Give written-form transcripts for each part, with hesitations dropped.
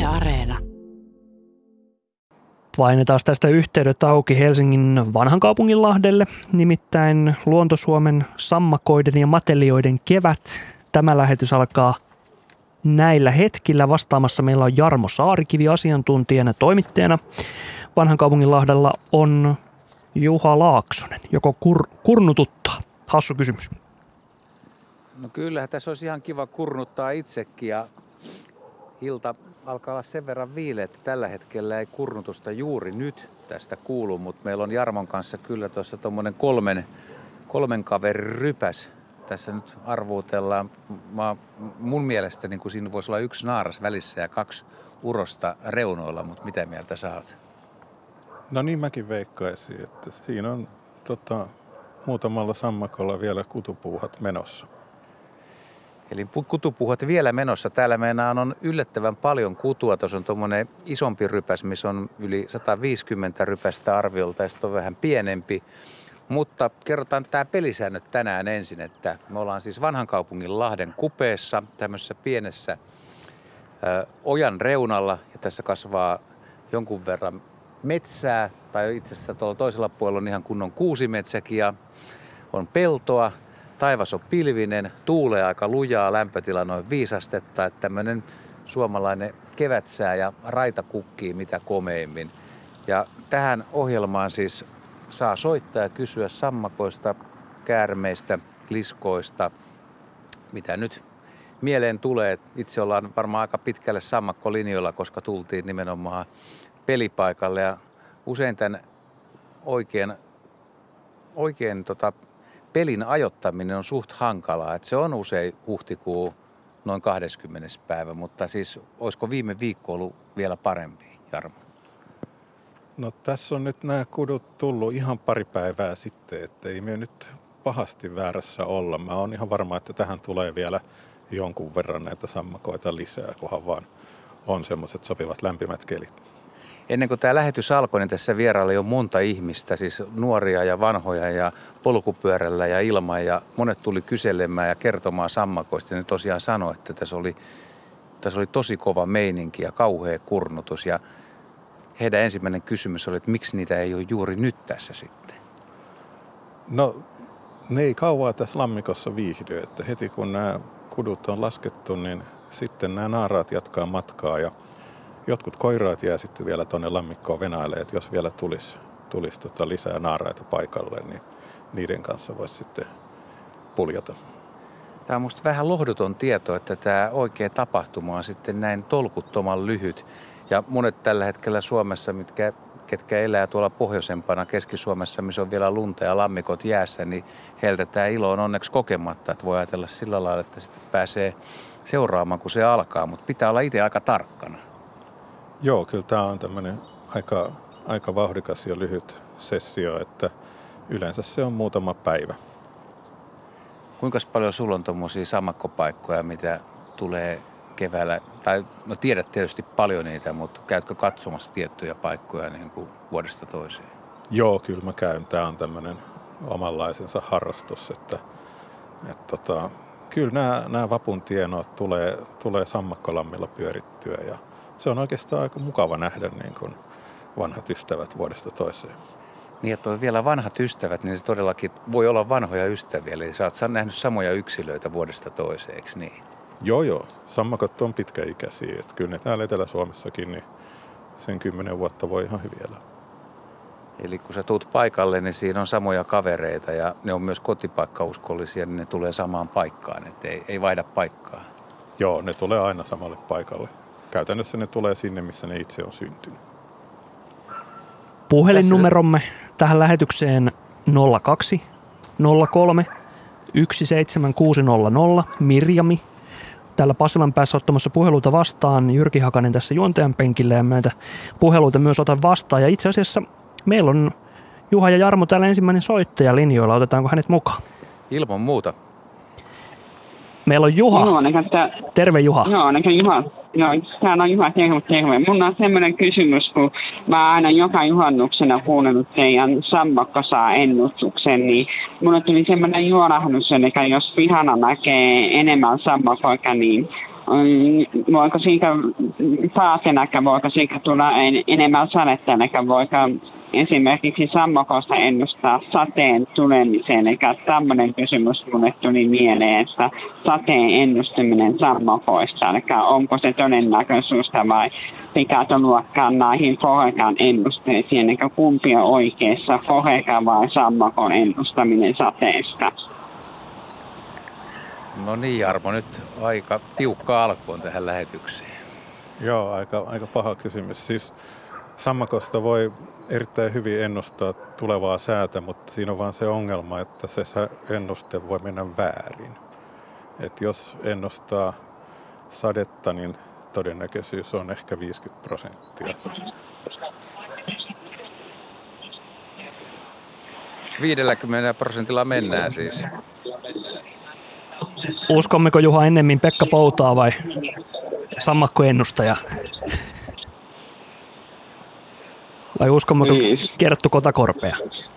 Areena. Painetaan tästä yhteydet auki Helsingin Vanhankaupunginlahdelle, nimittäin Luontosuomen sammakoiden ja matelioiden kevät. Tämä lähetys alkaa näillä hetkillä. Vastaamassa meillä on Jarmo Saarikivi asiantuntijana toimittajana. Vanhankaupunginlahdella on Juha Laaksonen, joko kurnututtaa? Hassu kysymys. No kyllähän tässä olisi ihan kiva kurnuttaa itsekin ja ilta alkaa olla sen verran viileä, että tällä hetkellä ei kurnutusta juuri nyt tästä kuulu, mutta meillä on Jarmon kanssa kyllä tuossa tuommoinen kolmen kaverin rypäs. Tässä nyt arvuutellaan. Mun mielestä niin kuin siinä voisi olla yksi naaras välissä ja 2 urosta reunoilla, mutta mitä mieltä sä oot? No niin mäkin veikkaisin, että siinä on muutamalla sammakolla vielä kutupuuhat menossa. Eli kutupuuhat vielä menossa. Täällä meillä on yllättävän paljon kutua. Tuossa on tuommoinen isompi rypäs, missä on yli 150 rypästä arviolta ja sitten on vähän pienempi. Mutta kerrotaan tämä pelisäännöt tänään ensin, että me ollaan siis Vanhankaupungin-Lahden kupeessa, tämmöisessä pienessä ojan reunalla. Ja tässä kasvaa jonkun verran metsää, tai itse asiassa tuolla toisella puolella on ihan kunnon kuusimetsäkin ja on peltoa. Taivas on pilvinen, tuulee aika lujaa, lämpötila noin 5 astetta, että tämmöinen suomalainen kevätsää ja raita kukkii mitä komeimmin. Ja tähän ohjelmaan siis saa soittaa ja kysyä sammakoista, käärmeistä, liskoista, mitä nyt mieleen tulee. Itse ollaan varmaan aika pitkälle sammakkolinjoilla, koska tultiin nimenomaan pelipaikalle ja usein tämän oikein pelin ajoittaminen on suht hankalaa. Että se on usein huhtikuu noin 20. päivä, mutta siis olisiko viime viikko ollut vielä parempi, Jarmo? No tässä on nyt nämä kudut tullut ihan pari päivää sitten, että ei me nyt pahasti väärässä olla. Mä oon ihan varma, että tähän tulee vielä jonkun verran näitä sammakoita lisää, kunhan vaan on semmoiset sopivat lämpimät kelit. Ennen kuin tämä lähetys alkoi, niin tässä vierailla jo monta ihmistä, siis nuoria ja vanhoja ja polkupyörällä ja ilman. Ja monet tuli kyselemään ja kertomaan sammakoista. Ja ne tosiaan sanoi, että tässä oli tosi kova meininki ja kauhea kurnutus. Ja heidän ensimmäinen kysymys oli, että miksi niitä ei ole juuri nyt tässä sitten? No ne ei kauaa tässä lammikossa viihdy, että heti kun nämä kudut on laskettu, niin sitten nämä naaraat jatkaa matkaa ja jotkut koiraat jää sitten vielä tuonne lammikkoon venailemaan, että jos vielä tulisi lisää naaraita paikalle, niin niiden kanssa voisi sitten puljata. Tämä on musta vähän lohduton tieto, että tämä oikea tapahtuma on sitten näin tolkuttoman lyhyt. Ja monet tällä hetkellä Suomessa, ketkä elää tuolla pohjoisempana Keski-Suomessa, missä on vielä lunta ja lammikot jäässä, niin heiltä tämä ilo on onneksi kokematta. Että voi ajatella sillä lailla, että sitten pääsee seuraamaan, kun se alkaa, mutta pitää olla itse aika tarkkana. Joo, kyllä tämä on tämmöinen aika vauhdikas ja lyhyt sessio, että yleensä se on muutama päivä. Kuinka paljon sulla on tuommoisia sammakkopaikkoja, mitä tulee keväällä? Tai no tiedät tietysti paljon niitä, mutta käytkö katsomassa tiettyjä paikkoja niin kuin vuodesta toiseen? Joo, kyllä mä käyn. Tämä on tämmöinen omanlaisensa harrastus, että kyllä nämä vapun tienoot tulee sammakkolammilla pyörittyä ja se on oikeastaan aika mukava nähdä niin kuin vanhat ystävät vuodesta toiseen. Niin, että on vielä vanhat ystävät, niin se todellakin voi olla vanhoja ystäviä. Eli sä oot nähnyt samoja yksilöitä vuodesta toiseen, eikö niin? Joo. Sammakot on pitkäikäisiä. Että kyllä ne täällä Etelä-Suomessakin, niin sen 10 vuotta voi ihan hyvin elää. Eli kun sä tuut paikalle, niin siinä on samoja kavereita ja ne on myös kotipaikkauskollisia, niin ne tulee samaan paikkaan, että ei vaihda paikkaa. Joo, ne tulee aina samalle paikalle. Käytännössä ne tulee sinne, missä ne itse on syntynyt. Puhelinnumeromme tähän lähetykseen 02 03 17600. Mirjami täällä Pasilan päässä ottamassa puheluita vastaan. Jyrki Hakanen tässä juontajan penkillä ja näitä puheluita myös otan vastaan. Ja itse asiassa meillä on Juha ja Jarmo täällä ensimmäinen soittaja linjoilla. Otetaanko hänet mukaan? Ilman muuta. Meillä on Juha. Terve Juha. Joo, Juha. Joo, täällä on Juha, terve. Mun on semmoinen kysymys, kun mä oon aina joka juhannuksena kuunnellut teidän sammakkosaa-ennustuksen, niin mulle tuli semmoinen juolahdus, eli jos pihana näkee enemmän sammakoita, niin voiko siitä paatenäkä, voiko siitä tulla enemmän sadetta, eli voiko esimerkiksi sammakosta ennustaa sateen tulemiseen, eli tämmöinen kysymys mulle tuli mieleen, että sateen ennustaminen sammakoista, eli onko se todennäköisyystä vai pitääkö luokkaan näihin forekan ennusteisiin, eli kumpi on oikeassa, foreka vai sammakon ennustaminen sateesta? No niin, Jarmo, nyt aika tiukka alku on tähän lähetykseen. Joo, aika paha kysymys. Siis sammakosta voi erittäin hyvin ennustaa tulevaa säätä, mutta siinä on vaan se ongelma, että se ennuste voi mennä väärin. Et jos ennustaa sadetta, niin todennäköisyys on ehkä 50%. 50% mennään siis. Uskommeko Juha ennemmin Pekka Poutaa vai sammakkoennustaja? Vai uskommeko Kerttu Kotakorpea?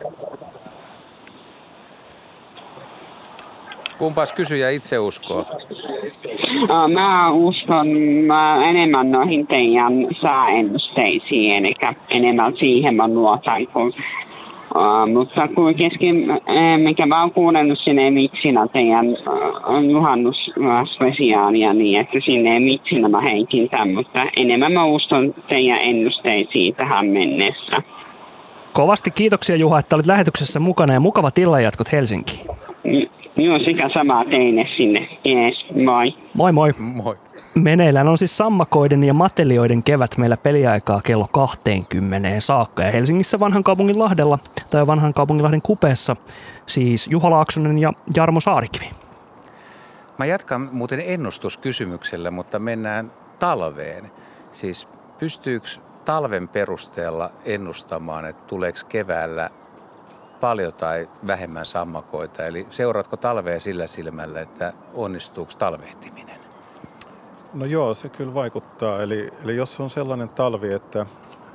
Kumpas kysyjä itse uskoo? Mä uskon enemmän noihin teidän sääennusteisiin, eli enemmän siihen mä luotan kuin mutta kuitenkin, mikä mä oon kuunnellut sinne vitsinä teidän juhannusspesiaalia, niin että sinne vitsinä mä henkintän, mutta enemmän mä uskon teidän ennusteisiin tähän mennessä. Kovasti kiitoksia Juha, että olit lähetyksessä mukana ja mukavat illanjatkot Helsinkiin. Joo, sekä samaa teille sinne. Jees, moi. Moi moi. Moi. Meneillään on siis sammakoiden ja matelioiden kevät meillä peliaikaa kello 20 saakka. Ja Helsingissä Vanhankaupunginlahdella tai Vanhankaupunginlahden kupeessa siis Juha Laaksonen ja Jarmo Saarikivi. Mä jatkan muuten ennustuskysymyksellä, mutta mennään talveen. Siis pystyykö talven perusteella ennustamaan, että tuleeko keväällä paljon tai vähemmän sammakoita? Eli seuraatko talvea sillä silmällä, että onnistuuko talvehtiminen? No joo, se kyllä vaikuttaa. Eli jos on sellainen talvi, että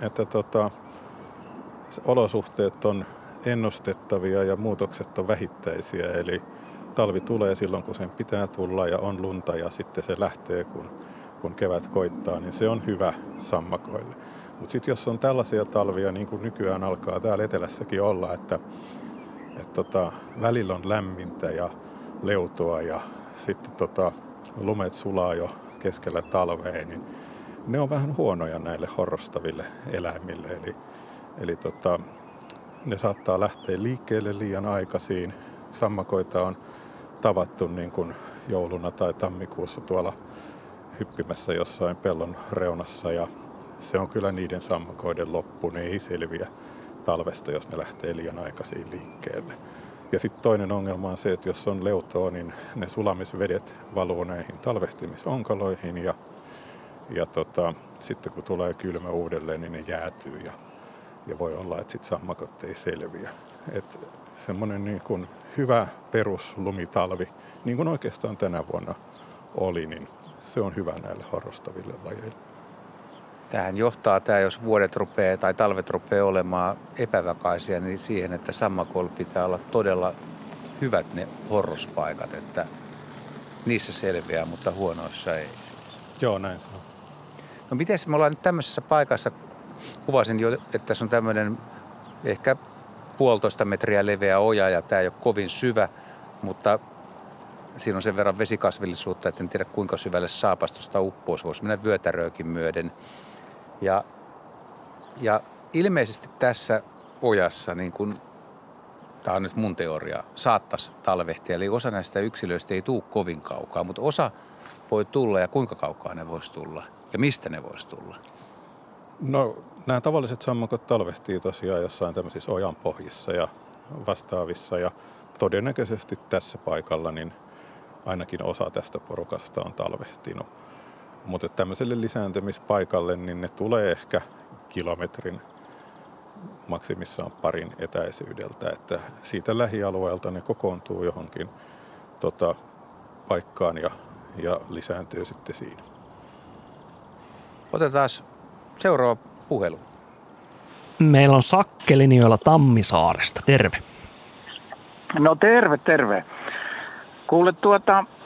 olosuhteet on ennustettavia ja muutokset on vähittäisiä, eli talvi tulee silloin, kun sen pitää tulla ja on lunta ja sitten se lähtee, kun kevät koittaa, niin se on hyvä sammakoille. Mutta sitten jos on tällaisia talvia, niin kuin nykyään alkaa täällä etelässäkin olla, että välillä on lämmintä ja leutoa ja sitten lumet sulaa jo keskellä talvea, niin ne on vähän huonoja näille horrostaville eläimille. Eli ne saattaa lähteä liikkeelle liian aikaisin. Sammakoita on tavattu niin kuin jouluna tai tammikuussa tuolla hyppimässä jossain pellon reunassa ja se on kyllä niiden sammakoiden loppu. Ne ei selviä talvesta, jos ne lähtee liian aikaisin liikkeelle. Ja sitten toinen ongelma on se, että jos on leutoa, niin ne sulamisvedet valuu näihin talvehtimisonkaloihin ja sitten kun tulee kylmä uudelleen, niin ne jäätyy ja voi olla, että sitten sammakot ei selviä. Että semmoinen niin kuin hyvä peruslumitalvi, niin kuin oikeastaan tänä vuonna oli, niin se on hyvä näille harrastaville lajeille. Tähän johtaa jos vuodet tai talvet rupeaa olemaan epävakaisia, niin siihen, että sammakoilla pitää olla todella hyvät ne horrospaikat, että niissä selviää, mutta huonoissa ei. Joo, näin se on. No miten me ollaan nyt tämmöisessä paikassa, kuvasin jo, että tässä on tämmöinen ehkä 1,5 metriä leveä oja ja tämä ei ole kovin syvä, mutta siinä on sen verran vesikasvillisuutta, että en tiedä kuinka syvälle saapastosta uppoisi, voisi mennä vyötäröökin myöden. Ja ilmeisesti tässä ojassa, niin kun, tämä on nyt mun teoria, saattaisi talvehtia. Eli osa näistä yksilöistä ei tule kovin kaukaa, mutta osa voi tulla ja kuinka kaukaa ne voisi tulla ja mistä ne voisi tulla? No nämä tavalliset sammakot talvehtii tosiaan jossain tämmöisissä ojan pohjissa ja vastaavissa ja todennäköisesti tässä paikalla niin ainakin osa tästä porukasta on talvehtinut. Mutta tämmöiselle lisääntymispaikalle niin ne tulee ehkä kilometrin, maksimissaan parin etäisyydeltä, että siitä lähialueelta ne kokoontuu johonkin paikkaan ja lisääntyy sitten siinä. Otetaan seuraava puhelu. Meillä on Sakke linjoilla Tammisaaresta. Terve. No terve. Kuule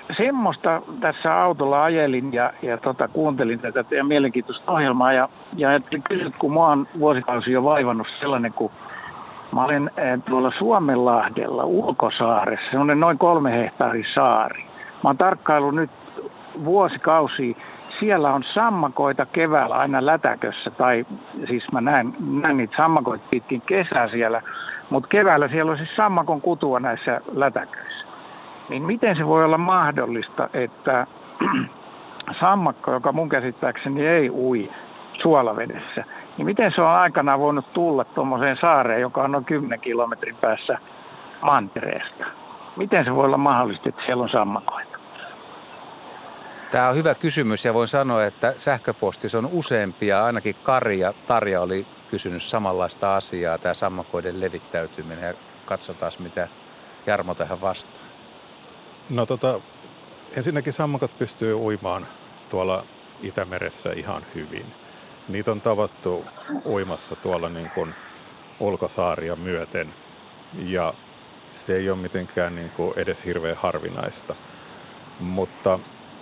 semmoista tässä autolla ajelin ja kuuntelin tätä teidän mielenkiintoista ohjelmaa ja ajattelin kysyä, kun mua on vuosikausi jo vaivannut sellainen, kun mä olen tuolla Suomenlahdella Ulkosaaressa, semmoinen noin 3 hehtaarin saari. Mä oon tarkkaillut nyt vuosikausia. Siellä on sammakoita keväällä aina lätäkössä, tai siis mä näen niitä sammakoita pitkin kesää siellä, mutta keväällä siellä on siis sammakon kutua näissä lätäköissä. Niin miten se voi olla mahdollista, että sammakko, joka mun käsittääkseni ei ui suolavedessä, niin miten se on aikanaan voinut tulla tuommoiseen saareen, joka on noin 10 kilometrin päässä mantereesta? Miten se voi olla mahdollista, että siellä on sammakoita? Tämä on hyvä kysymys ja voin sanoa, että sähköpostissa on useampia, ainakin Kari ja Tarja oli kysynyt samanlaista asiaa, tämä sammakoiden levittäytyminen ja katsotaan mitä Jarmo tähän vastaa. No ensinnäkin sammakot pystyy uimaan tuolla Itämeressä ihan hyvin. Niitä on tavattu uimassa tuolla niin kuin ulkosaaria myöten ja se ei ole mitenkään niin kuin edes hirveän harvinaista. Mutta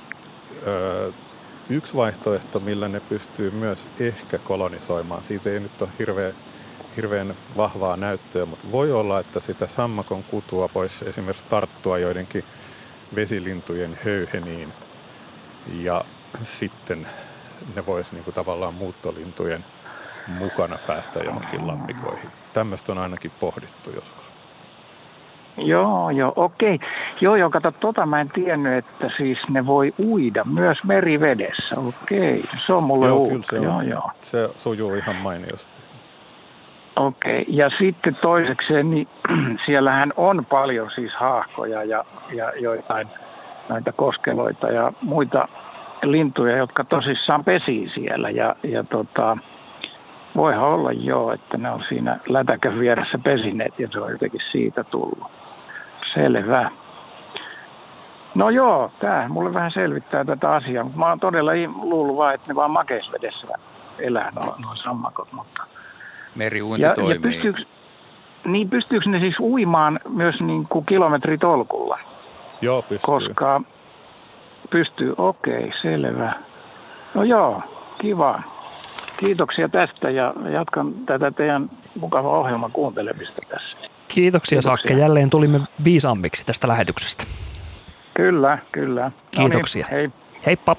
yksi vaihtoehto, millä ne pystyy myös ehkä kolonisoimaan, siitä ei nyt ole hirveän vahvaa näyttöä, mutta voi olla, että sitä sammakon kutua voisi esimerkiksi tarttua joidenkin vesilintujen höyheniin ja sitten ne voisi niin kuin tavallaan muuttolintujen mukana päästä johonkin lammikoihin. Tämmöistä on ainakin pohdittu joskus. Joo, okei. Joo, kato, mä en tiennyt, että siis ne voi uida myös merivedessä. Okei, se on mulle uutta. Joo. Se sujuu ihan mainiosti. Okei, ja sitten toisekseen, niin siellähän on paljon siis haahkoja ja joitain näitä koskeloita ja muita lintuja, jotka tosissaan pesii siellä. Ja voihan olla että ne on siinä lätäkön vieressä pesineet ja se on jotenkin siitä tullut. Selvä. No joo, tämä mulle vähän selvittää tätä asiaa, mutta mä oon todella luullut vaan, että ne vaan makeisvedessä elää nuo sammakot, mutta... Meriuinti toimii. Ja pystyykö ne siis uimaan myös niin kuin kilometritolkulla? Joo, pystyy. Koska pystyy, okei, selvä. No joo, kiva. Kiitoksia tästä ja jatkan tätä teidän mukavaa ohjelman kuuntelemista tässä. Kiitoksia Sakke. Jälleen tulimme viisaammiksi tästä lähetyksestä. Kyllä. Kiitoksia. No niin, hei. Heippa.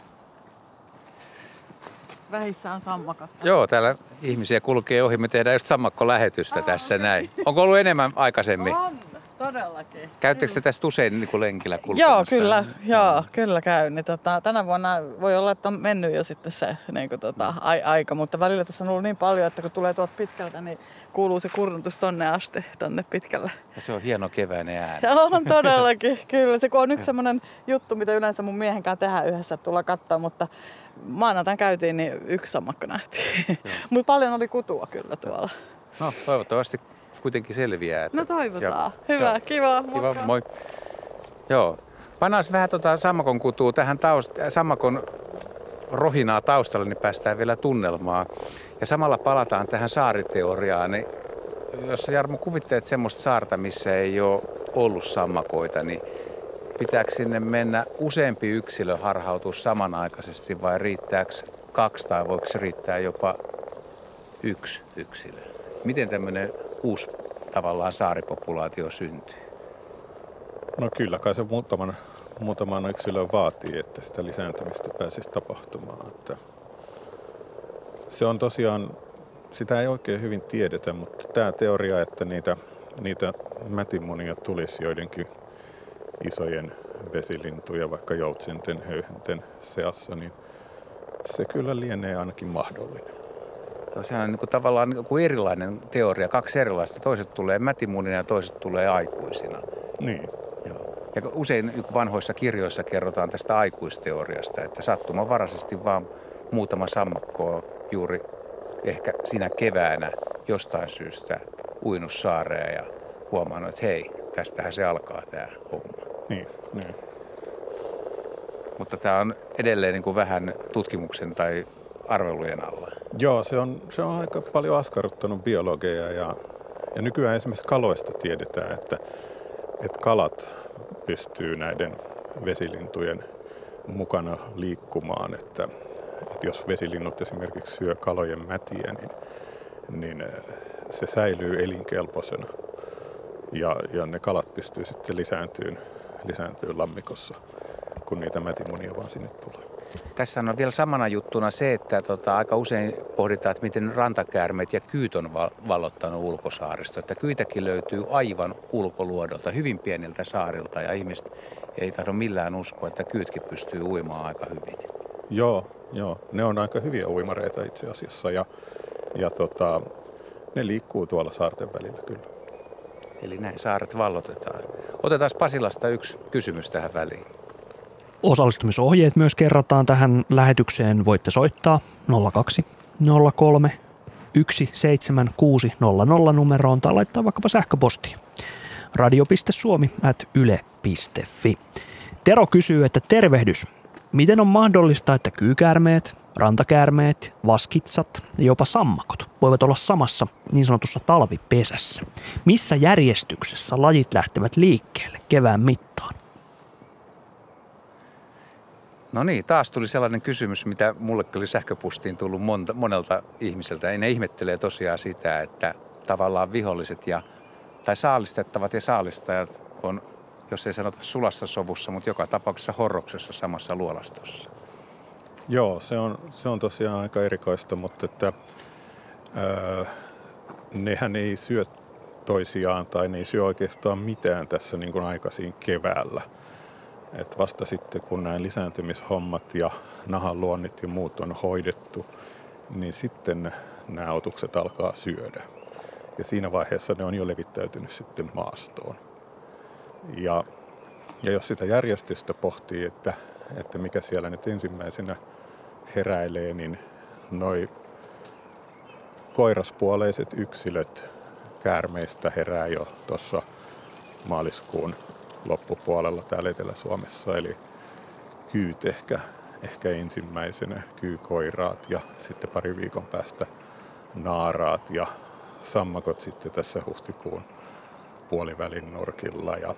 Vähissä on sammakat. Joo, täällä ihmisiä kulkee ohi. Me tehdään just sammakkolähetystä tässä näin. Onko ollut enemmän aikaisemmin? On, todellakin. Käyttekö te tästä usein niin kuin lenkillä kulkemassa? Joo, kyllä käyn. Niin, tänä vuonna voi olla, että on mennyt jo sitten se niin kuin, aika, mutta välillä tässä on ollut niin paljon, että kun tulee tuolta pitkältä, niin kuuluu se kurnutus tonne asti, tonne pitkälle. Ja se on hieno keväinen ääni. Ja on todellakin, kyllä. Se on yksi semmoinen juttu, mitä yleensä mun miehen kanssa tehdään yhdessä, että tullaan katsoa, mutta maanantain käytiin, niin yksi sammakko nähtiin. Mutta paljon oli kutua kyllä tuolla. No, toivottavasti kuitenkin selviää. Että... No toivotaan. Hyvä, kiva. Kiva, moi. Joo. Pannaan vähän sammakon kutua tähän sammakon rohinaa taustalla, niin päästään vielä tunnelmaan. Ja samalla palataan tähän saariteoriaan. Niin jos sä, Jarmo, kuvittelet semmoista saarta, missä ei ole ollut sammakoita, niin pitääkö sinne mennä useampi yksilö harhautua samanaikaisesti vai riittääkö 2 tai voiko riittää jopa 1 yksilö? Miten tämmöinen uusi tavallaan saaripopulaatio syntyy? No kyllä kai se muutaman yksilön vaatii, että sitä lisääntymistä pääsisi tapahtumaan. Että se on tosiaan, sitä ei oikein hyvin tiedetä, mutta tämä teoria, että niitä mätimunia tulisi joidenkin isojen vesilintuja, vaikka joutsenten, höyhenten seassa, niin se kyllä lienee ainakin mahdollinen. No, se on tavallaan erilainen teoria, 2 erilaista. Toiset tulee mätimunina ja toiset tulee aikuisina. Niin. Joo. Ja usein vanhoissa kirjoissa kerrotaan tästä aikuisteoriasta, että sattumanvaraisesti vaan muutama sammakko juuri ehkä siinä keväänä jostain syystä uinut saareen ja huomannut, että hei, tästähän se alkaa tämä homma. Niin. Mutta tämä on edelleen niin kuin vähän tutkimuksen tai arvelujen alla. Joo, se on aika paljon askarruttanut biologeja ja nykyään esimerkiksi kaloista tiedetään, että kalat pystyy näiden vesilintujen mukana liikkumaan, että jos vesilinnut esimerkiksi syö kalojen mätiä, niin se säilyy elinkelpoisena ja ne kalat pystyy sitten lisääntyyn lammikossa, kun niitä mätimunia vaan sinne tulee. Tässä on vielä samana juttuna se, että aika usein pohditaan, että miten rantakäärmeet ja kyyt on vallottanut ulkosaaristo. Että kyytäkin löytyy aivan ulkoluodolta, hyvin pieniltä saarilta ja ihmiset ei tahdo millään uskoa, että kyytkin pystyy uimaan aika hyvin. Joo, ne on aika hyviä uimareita itse asiassa ja ne liikkuu tuolla saarten välillä kyllä. Eli näin saaret vallotetaan. Otetaan Pasilasta yksi kysymys tähän väliin. Osallistumisohjeet myös kerrataan tähän lähetykseen. Voitte soittaa 02 03 17600 numeroon tai laittaa vaikkapa sähköpostia radio.suomi@yle.fi. Tero kysyy, että tervehdys. Miten on mahdollista, että kyykäärmeet, rantakäärmeet, vaskitsat ja jopa sammakot voivat olla samassa niin sanotussa talvipesässä? Missä järjestyksessä lajit lähtevät liikkeelle kevään mittaan? No niin, taas tuli sellainen kysymys, mitä mullekin oli sähköpostiin tullut monelta ihmiseltä. Ne ihmettelee tosiaan sitä, että tavallaan viholliset tai saalistettavat ja saalistajat on, jos ei sanota sulassa sovussa, mutta joka tapauksessa horroksessa samassa luolastossa. Joo, se on tosiaan aika erikoista, mutta että, nehän ei syö toisiaan tai ne ei syö oikeastaan mitään tässä niin kuin aikaisin keväällä. Et vasta sitten, kun nämä lisääntymishommat ja nahanluonnit ja muut on hoidettu, niin sitten nämä otukset alkaa syödä. Ja siinä vaiheessa ne on jo levittäytynyt sitten maastoon. Ja jos sitä järjestystä pohtii, että mikä siellä nyt ensimmäisenä heräilee, niin noi koiraspuoleiset yksilöt käärmeistä herää jo tuossa maaliskuun loppupuolella täällä Etelä-Suomessa, eli kyyt ehkä ensimmäisenä, kyykoiraat ja sitten pari viikon päästä naaraat ja sammakot sitten tässä huhtikuun puolivälin nurkilla ja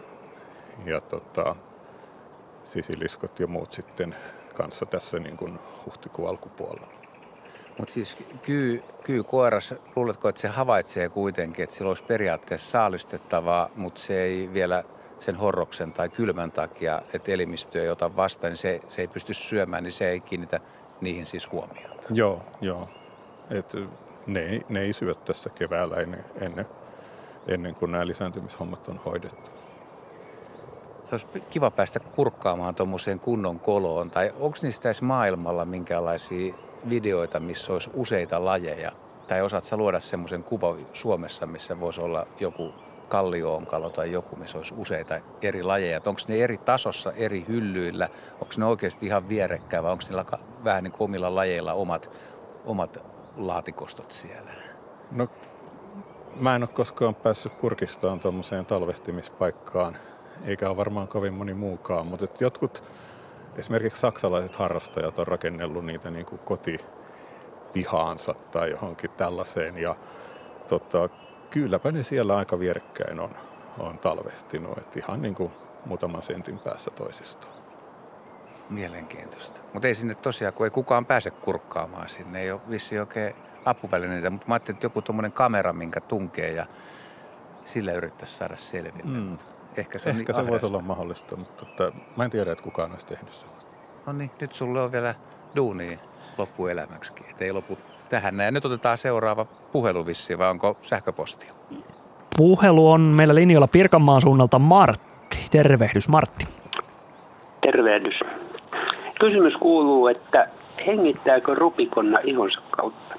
sisiliskot ja muut sitten kanssa tässä niin kuin huhtikuun alkupuolella. Mutta siis kyykoiras, luuletko, että se havaitsee kuitenkin, että sillä olisi periaatteessa saalistettavaa, mutta se ei vielä sen horroksen tai kylmän takia, että elimistö ei ota vastaan, niin se ei pysty syömään, niin se ei kiinnitä niihin siis huomiota. Joo. Et ne ei syö tässä keväällä ennen kuin nämä lisääntymishommat on hoidettu. Se olisi kiva päästä kurkkaamaan tuommoiseen kunnon koloon. Tai onko niistä edes maailmalla minkälaisia videoita, missä olisi useita lajeja? Tai osaat sä luoda semmoisen kuvan Suomessa, missä voisi olla joku kallioonkalo tai joku, missä olisi useita eri lajeja? Onko ne eri tasossa, eri hyllyillä? Onko ne oikeasti ihan vierekkäin vai onko niillä vähän niin kuin omilla lajeilla omat laatikostot siellä? No, mä en ole koskaan päässyt kurkistamaan tuommoiseen talvehtimispaikkaan, eikä ole varmaan kovin moni muukaan, mutta jotkut esimerkiksi saksalaiset harrastajat on rakennellut niitä niin kuin kotipihaansa tai johonkin tällaiseen ja kylläpä ne siellä aika vierekkäin on talvehtinut, että ihan niin kuin muutaman sentin päässä toisistaan. Mielenkiintoista. Mutta ei sinne tosiaan, kun ei kukaan pääse kurkkaamaan sinne, ei ole vissiin oikein apuvälineitä, mutta mä ajattelin, että joku tommoinen kamera, minkä tunkee ja sillä yrittäisi saada selville. Ehkä se voisi olla mahdollista, mutta mä en tiedä, että kukaan olisi tehnyt sen. No niin, nyt sulle on vielä duunia loppuelämäksikin, että ei lopu tähän. Ja nyt otetaan seuraava puhelu vissiin, vai onko sähköpostia? Puhelu on meillä linjoilla Pirkanmaan suunnalta Martti. Tervehdys Martti. Tervehdys. Kysymys kuuluu, että hengittääkö rupikonna ihonsa kautta?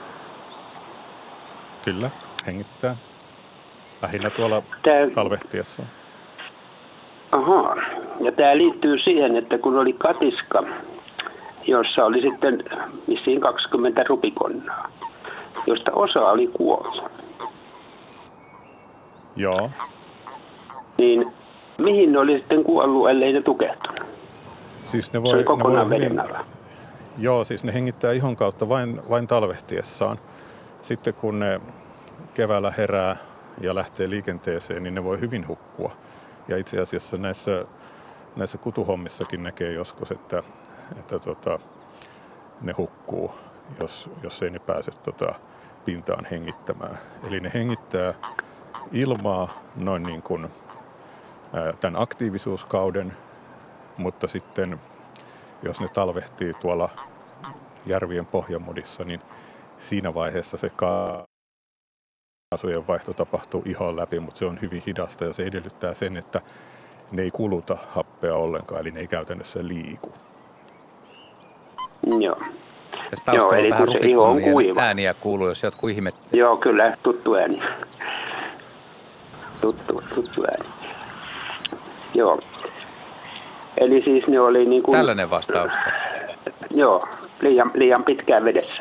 Kyllä, hengittää. Lähinnä tuolla talvehtiessa. Ahaa. Ja tämä liittyy siihen, että kun oli katiska, jossa oli sitten vissiin 20 rupikonnaa, josta osa oli kuollut. Joo. Niin mihin ne oli sitten kuollut, ellei ne tukehtunut? Siis se oli kokonaan veden alla. Joo, siis ne hengittää ihon kautta vain talvehtiessaan. Sitten kun ne keväällä herää ja lähtee liikenteeseen, niin ne voi hyvin hukkua. Ja itse asiassa näissä näissä kutuhommissakin näkee joskus, että ne hukkuu, jos ei ne pääse pintaan hengittämään. Eli ne hengittää ilmaa noin niin kuin tämän aktiivisuuskauden, mutta sitten jos ne talvehtii tuolla järvien pohjamudissa, niin siinä vaiheessa se kaasujen vaihto tapahtuu ihon läpi, mutta se on hyvin hidasta ja se edellyttää sen, että ne ei kuluta happea ollenkaan, eli ne ei käytännössä liiku. Joo. Tässä taustalla eli vähän kun se iho on kuiva. Ääniä kuuluu, jos jotkut ihmettelee. Joo, kyllä, tuttu ääni. Tuttu ääni. Joo. Eli siis ne oli niin kuin... Tällainen vastausta. Joo, liian pitkään vedessä.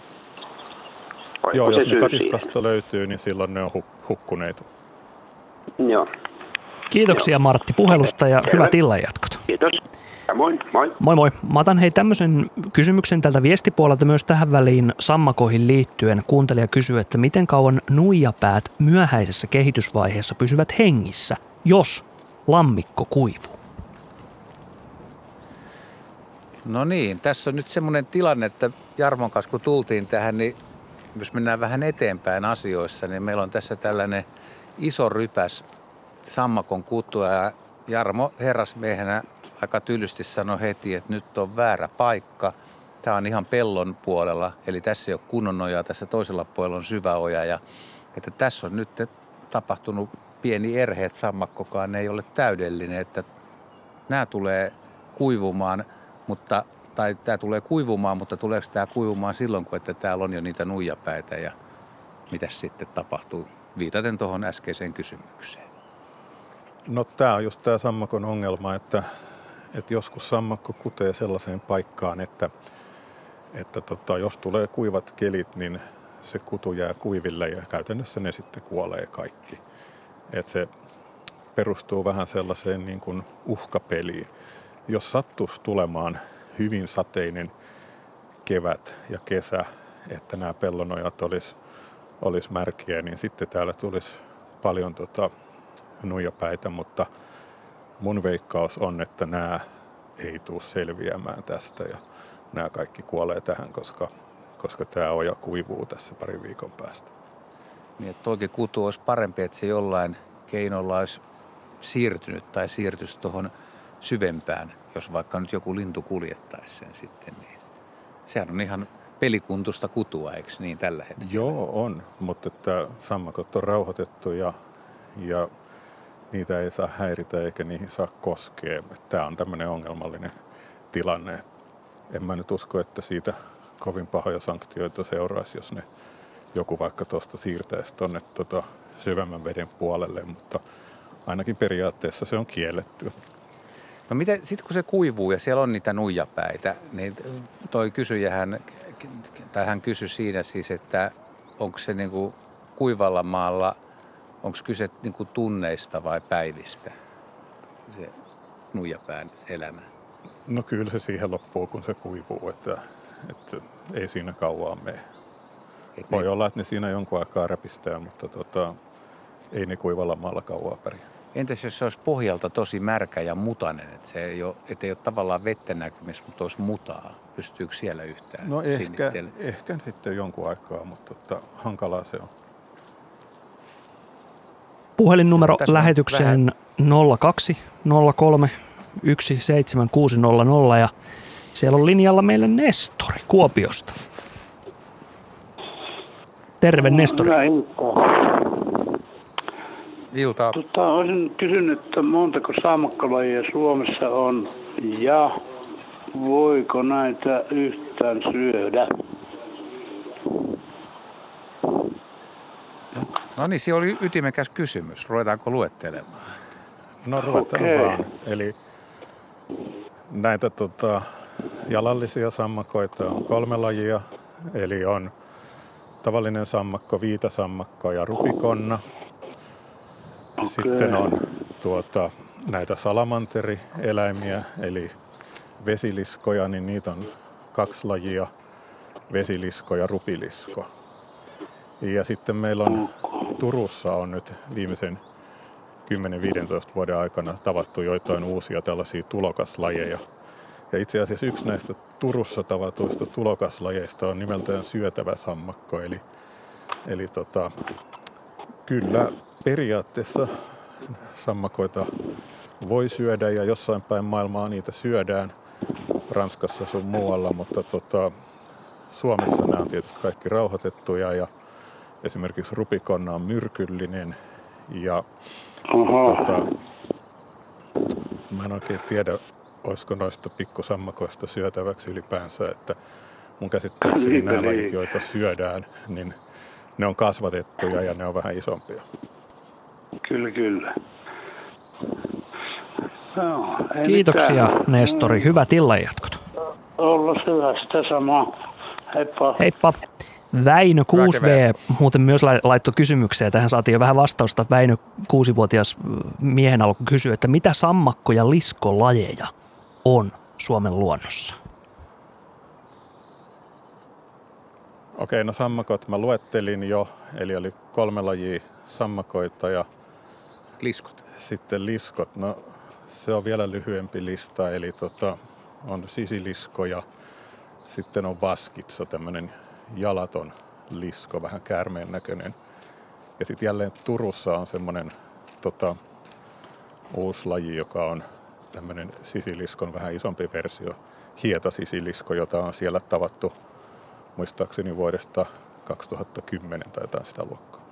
Joo, jos ne katiskasta löytyy, niin silloin ne on hukkuneita. Joo. Kiitoksia Martti puhelusta ja hyvät illanjatkot. Kiitos. Ja moi. Moi moi. Mä otan tämmöisen kysymyksen tältä viestipuolelta myös tähän väliin sammakoihin liittyen. Kuuntelija kysyy, että miten kauan nuijapäät myöhäisessä kehitysvaiheessa pysyvät hengissä, jos lammikko kuivuu? No niin, tässä on nyt semmoinen tilanne, että Jarmon kanssa kun tultiin tähän, niin jos mennään vähän eteenpäin asioissa, niin meillä on tässä tällainen iso rypäs sammakon kutua ja Jarmo herrasmiehenä aika tylysti sanoi heti, että nyt on väärä paikka. Tämä on ihan pellon puolella, eli tässä ei ole kunnon ojaa, tässä toisella puolella on syvä oja ja että tässä on nyt tapahtunut pieni erhe, että sammakkokaan ei ole täydellinen, että nämä tulee kuivumaan, mutta tuleeko tämä kuivumaan silloin, kun että täällä on jo niitä nuijapäitä ja mitäs sitten tapahtuu, viitaten tuohon äskeiseen kysymykseen? No tämä on just tämä sammakon ongelma, että joskus sammakko kutee sellaiseen paikkaan, että jos tulee kuivat kelit, niin se kutu jää kuiville ja käytännössä ne sitten kuolee kaikki. Että se perustuu vähän sellaiseen niin kuin uhkapeliin. Jos sattuisi tulemaan hyvin sateinen kevät ja kesä, että nämä pellonojat olisi märkiä, niin sitten täällä tulisi paljon nuijapäitä, mutta mun veikkaus on, että nämä ei tule selviämään tästä ja nämä kaikki kuolee tähän, koska tämä oja kuivuu tässä parin viikon päästä. Niin, että toikin kutu olisi parempi, että se jollain keinolla olisi siirtynyt tai siirtyisi tuohon syvempään, jos vaikka nyt joku lintu kuljettaisi sen sitten, niin sehän on ihan pelikuntusta kutua, eikö niin tällä hetkellä? Joo, on, mutta että sammakot on rauhoitettu ja niitä ei saa häiritä eikä niihin saa koskea. Tämä on tämmöinen ongelmallinen tilanne. En mä nyt usko, että siitä kovin pahoja sanktioita seuraisi, jos ne joku vaikka tuosta siirtäisi tuonne syvemmän veden puolelle, mutta ainakin periaatteessa se on kielletty. No miten, sitten kun se kuivuu ja siellä on niitä nuijapäitä, niin toi hän kysyi siinä siis, että onko se niinku kuivalla maalla, onko kyse niinku tunneista vai päivistä se nuijapään elämä? No kyllä se siihen loppuu, kun se kuivuu, että ei siinä kauan mene. Voi olla, että ne siinä jonkun aikaa räpistää, mutta ei ne kuivalla maalla kauan pärjää. Entäs jos se olisi pohjalta tosi märkä ja mutainen, että se ei ole tavallaan vettä näkymissä, mutta olisi mutaa? Pystyykö siellä yhtään? No ehkä sitten jonkun aikaa, mutta hankalaa se on. Puhelinnumero lähetykseen 02 03 17600 ja siellä on linjalla meille Nestori Kuopiosta. Terve Nestori. Hyvää iltaa. Iltaa. Olisin kysynyt, että montako sammakkolajia Suomessa on ja voiko näitä yhtään syödä? No niin, se oli ytimekäs kysymys. Ruvetaanko luettelemaan? No ruvetaan vaan. Eli näitä jalallisia sammakoita on 3 lajia. Eli on tavallinen sammakko, viitasammakko ja rupikonna. Sitten on näitä salamanterieläimiä, eli vesiliskoja, niin niitä on 2 lajia, vesilisko ja rupilisko. Ja sitten meillä on Turussa on nyt viimeisen 10-15 vuoden aikana tavattu joitain uusia tällaisia tulokaslajeja. Ja itse asiassa yksi näistä Turussa tavatuista tulokaslajeista on nimeltään syötävä sammakko. Eli kyllä periaatteessa sammakoita voi syödä ja jossain päin maailmaa niitä syödään, Ranskassa sun muualla, mutta Suomessa nämä on tietysti kaikki rauhoitettuja ja esimerkiksi rupikonna on myrkyllinen ja mä en oikein tiedä, olisiko noista pikkusammakoista syötäväksi ylipäänsä, että mun käsittääkseni nämä lajit, joita syödään, niin ne on kasvatettuja ja ne on vähän isompia. Kyllä. No, kiitoksia mitään. Nestori, hyvät illanjatkot. Olla hyvä, sitä samaa. Heippa. Heippa. Väinö 6V muuten myös laittoi kysymyksiä. Tähän saatiin jo vähän vastausta. Väinö 6-vuotias miehen alkoi kysyä, että mitä sammakko- ja liskolajeja on Suomen luonnossa? Okei, no sammakot mä luettelin jo, eli oli 3 lajia sammakoita ja liskot. Sitten liskot, no se on vielä lyhyempi lista, eli on sisilisko ja sitten on vaskitsa, tämmöinen jalaton lisko, vähän käärmeen näköinen. Ja sitten jälleen Turussa on semmoinen uusi laji, joka on tämmöinen sisiliskon vähän isompi versio, hietasisilisko, jota on siellä tavattu muistaakseni vuodesta 2010 tai jotain sitä luokkaa.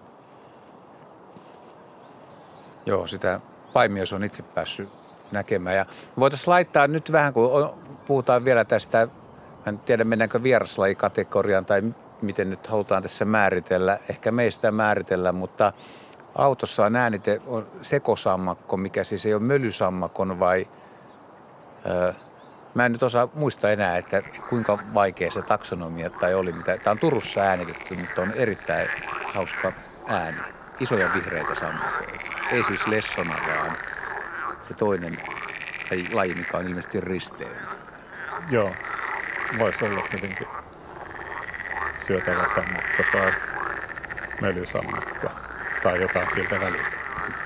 Joo, sitä Paimios on itse päässyt näkemään. Ja voitaisiin laittaa nyt vähän, kun puhutaan vielä tästä, en tiedä mennäänkö vieraslajikategoriaan tai miten nyt halutaan tässä määritellä. Ehkä me ei sitä määritellä, mutta autossa on äänite on sekosammakko, mikä siis ei ole mölysammakon vai... Mä en nyt osaa muistaa enää, että kuinka vaikea se taksonomia tai oli. Tämä on Turussa äänitetty, mutta on erittäin hauska ääni. Isoja vihreitä sammakoita. Ei siis lessona, vaan se toinen laji, mikä on ilmeisesti risteinen. Joo, voisi olla tietenkin syötävä sammakko tai mölysammakko tai jotain siltä väliltä.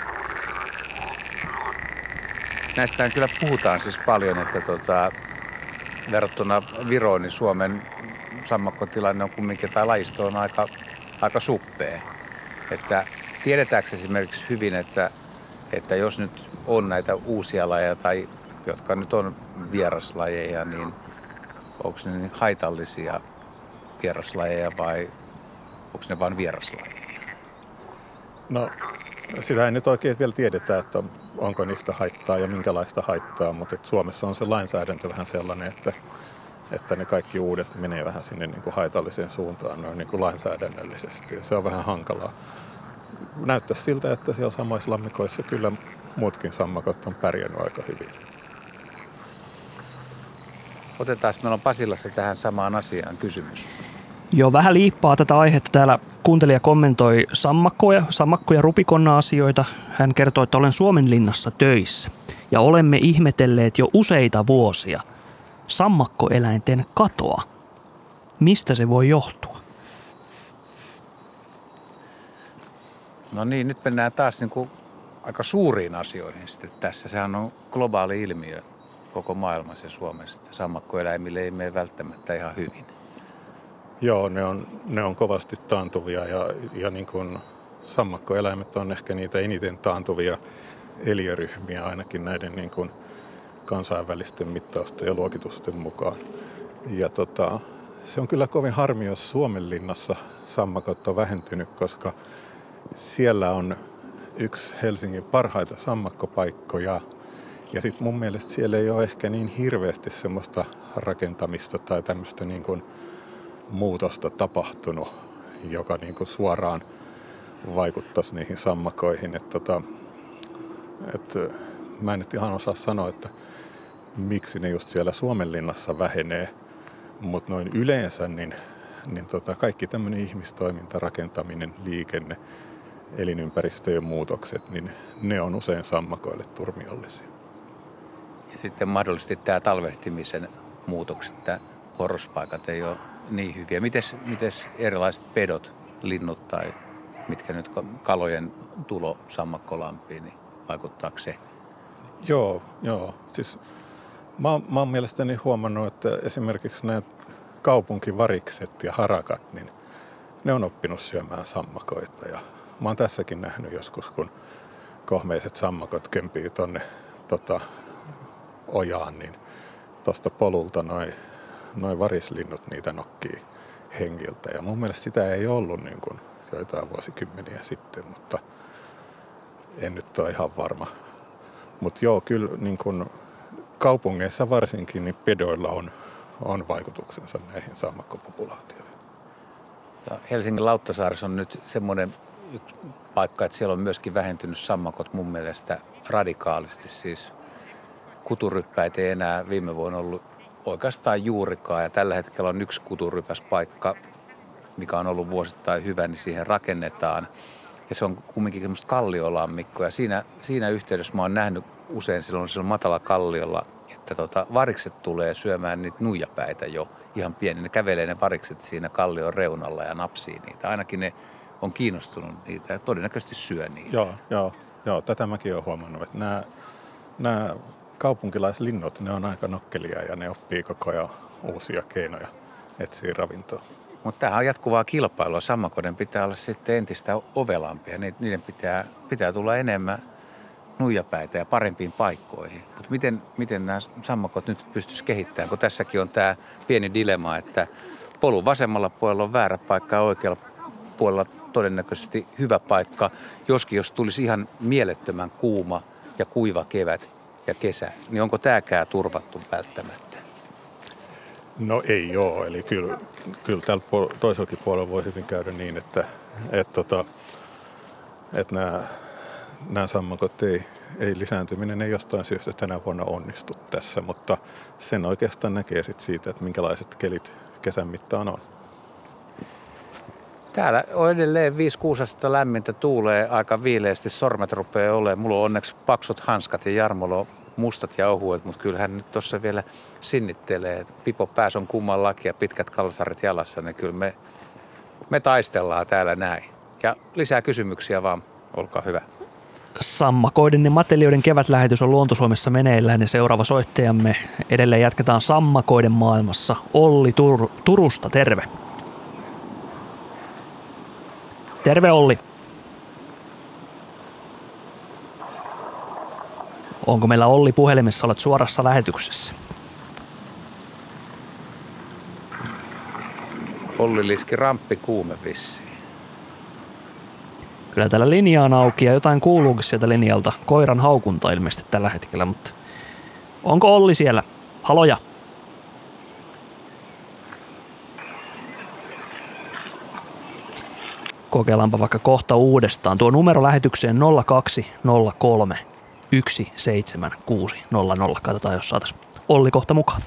Näistähän kyllä puhutaan siis paljon, että verrattuna Viroon, niin Suomen sammakkotilanne on kumminkin, tai lajisto on aika suppea. Että tiedetäänkö esimerkiksi hyvin, että jos nyt on näitä uusia lajeja tai jotka nyt on vieraslajeja, niin onko ne niin haitallisia vieraslajeja vai onko ne vain vieraslajeja? No sitä ei nyt oikein vielä tiedetä, että onko niistä haittaa ja minkälaista haittaa, mutta Suomessa on se lainsäädäntö vähän sellainen, että ne kaikki uudet menee vähän sinne niin kuin haitalliseen suuntaan noin niin kuin lainsäädännöllisesti ja se on vähän hankalaa. Näyttäisi siltä, että siellä samoissa lammikoissa kyllä muutkin sammakot on pärjännyt aika hyvin. Otetaan, meillä on Pasilassa tähän samaan asiaan kysymys. Joo, vähän liippaa tätä aihetta. Täällä kuuntelija kommentoi sammakko- ja rupikonna-asioita. Hän kertoo, että olen Suomenlinnassa töissä ja olemme ihmetelleet jo useita vuosia sammakkoeläinten katoa. Mistä se voi johtua? No niin, nyt mennään taas niin kuin aika suuriin asioihin sitten tässä. Sehän on globaali ilmiö koko maailmassa ja Suomessa. Sammakkoeläimille ei mene välttämättä ihan hyvin. Joo, ne on kovasti taantuvia ja niin kuin sammakkoeläimet on ehkä niitä eniten taantuvia eliöryhmiä ainakin näiden niin kuin kansainvälisten mittausten ja luokitusten mukaan. Ja se on kyllä kovin harmi, jos Suomenlinnassa sammakot on vähentynyt, koska siellä on yksi Helsingin parhaita sammakkopaikkoja. Ja sitten mun mielestä siellä ei ole ehkä niin hirveästi semmoista rakentamista tai tämmöistä niin kuin muutosta tapahtunut, joka niin kuin suoraan vaikuttaisi niihin sammakoihin. Mä en nyt ihan osaa sanoa, että miksi ne just siellä Suomenlinnassa vähenee, mutta noin yleensä niin kaikki tämmöinen ihmistoiminta, rakentaminen, liikenne, elinympäristöjen muutokset, niin ne on usein sammakoille turmiollisia. Ja sitten mahdollisesti tämä talvehtimisen muutokset, että porrospaikat ei ole niin hyviä. Mites erilaiset pedot, linnut tai mitkä nyt kalojen tulo sammakkolampiin, niin vaikuttaako se? Joo. Siis mä oon mielestäni huomannut, että esimerkiksi nämä kaupunkivarikset ja harakat, niin ne on oppinut syömään sammakoita. Ja mä oon tässäkin nähnyt joskus, kun kohmeiset sammakot kempii tonne ojaan, niin tuosta polulta noi varislinnut niitä nokkii hengiltä. Ja mun mielestä sitä ei ollut niin kuin joitain vuosikymmeniä sitten, mutta en nyt ole ihan varma. Mutta joo, kyllä niin kuin kaupungeissa varsinkin niin pedoilla on vaikutuksensa näihin sammakkopopulaatioihin. Helsingin Lauttasaaressa on nyt semmoinen paikka, että siellä on myöskin vähentynyt sammakot mun mielestä radikaalisti. Siis kuturyppäitä ei enää viime vuonna ollut oikeastaan juurikaan. Ja tällä hetkellä on yksi kuturypäspaikka, mikä on ollut vuosittain hyvä, niin siihen rakennetaan. Ja se on kumminkin semmoista kalliolammikkoa. Ja siinä yhteydessä mä oon nähnyt usein silloin matala kalliolla, että varikset tulee syömään niitä nuijapäitä jo ihan pieni. Ne kävelee ne varikset siinä kallion reunalla ja napsii niitä. Ainakin ne on kiinnostunut niitä ja todennäköisesti syö niitä. Joo, tätä mäkin olen huomannut, että nämä kaupunkilaislinnut, ne on aika nokkelia ja ne oppii koko ajan uusia keinoja etsiä ravintoa. Mutta tämähän on jatkuvaa kilpailua. Sammakoiden pitää olla sitten entistä ovelampia. Niiden pitää tulla enemmän nuijapäitä ja parempiin paikkoihin. Mutta miten nämä sammakot nyt pystyisi kehittämään, kun tässäkin on tämä pieni dilemma, että polun vasemmalla puolella on väärä paikka ja oikealla puolella todennäköisesti hyvä paikka. Jos tulisi ihan mielettömän kuuma ja kuiva kevät ja kesä, niin onko tämäkään turvattu välttämättä? No ei ole, eli kyllä tällä toisellakin puolella voi hyvin käydä niin, että nämä sammakot ei lisääntyminen ei jostain syystä tänä vuonna onnistu tässä, mutta sen oikeastaan näkee sit siitä, että minkälaiset kelit kesän mittaan on. Täällä on edelleen 5-6 astetta lämmintä, tuulee aika viileästi, sormet rupeaa olemaan. Mulla on onneksi paksut hanskat ja Jarmolla on mustat ja ohuet, mutta kyllähän nyt tuossa vielä sinnittelee. Pipo pääs on kummallakin ja pitkät kalsarit jalassa, niin kyllä me taistellaan täällä näin. Ja lisää kysymyksiä vaan, olkaa hyvä. Sammakoiden ja matelioiden kevätlähetys on Luontosuomessa meneillään ja seuraava soittajamme edelleen jatketaan sammakoiden maailmassa. Olli Turusta, terve. Terve Olli. Onko meillä Olli puhelimessa? Olet suorassa lähetyksessä. Olli liski ramppi kuume vissiin. Kyllä täällä linja on auki ja jotain kuuluukin sieltä linjalta. Koiran haukunta ilmeisesti tällä hetkellä, mutta onko Olli siellä? Haloja. Kokeillaanpa vaikka kohta uudestaan. Tuo numero lähetykseen 0203 17600. Katsotaan, jos saataisiin Olli kohta mukaan.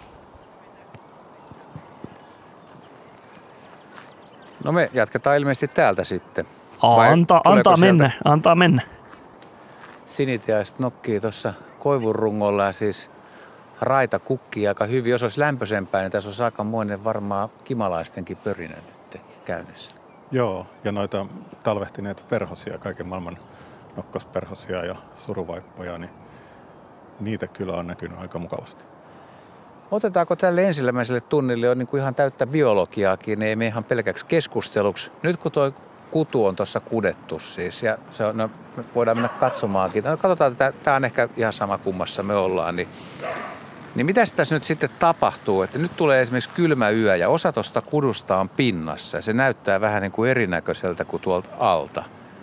No me jatketaan ilmeisesti täältä sitten. Antaa mennä. Sinitiaiset nokkii tuossa koivun rungolla ja siis raita kukkii aika hyvin. Jos olisi lämpöisempää, niin tässä olisi aikamoinen varmaan kimalaistenkin pörinä nyt käynnissä. Joo, ja noita talvehtineita perhosia, kaiken maailman nokkosperhosia ja suruvaippoja, niin niitä kyllä on näkynyt aika mukavasti. Otetaanko tälle ensimmäiselle tunnille on niin kuin ihan täyttä biologiaakin, niin ei me ihan pelkäksi keskusteluksi. Nyt kun tuo kutu on tuossa kudettu siis, ja se on, no, me voidaan mennä katsomaankin. No, katsotaan, tämä on ehkä ihan sama kummassa me ollaan. Niin mitä tässä nyt sitten tapahtuu, että nyt tulee esimerkiksi kylmä yö ja osa tuosta kudusta on pinnassa. Se näyttää vähän niin kuin erinäköiseltä kuin tuolta alta.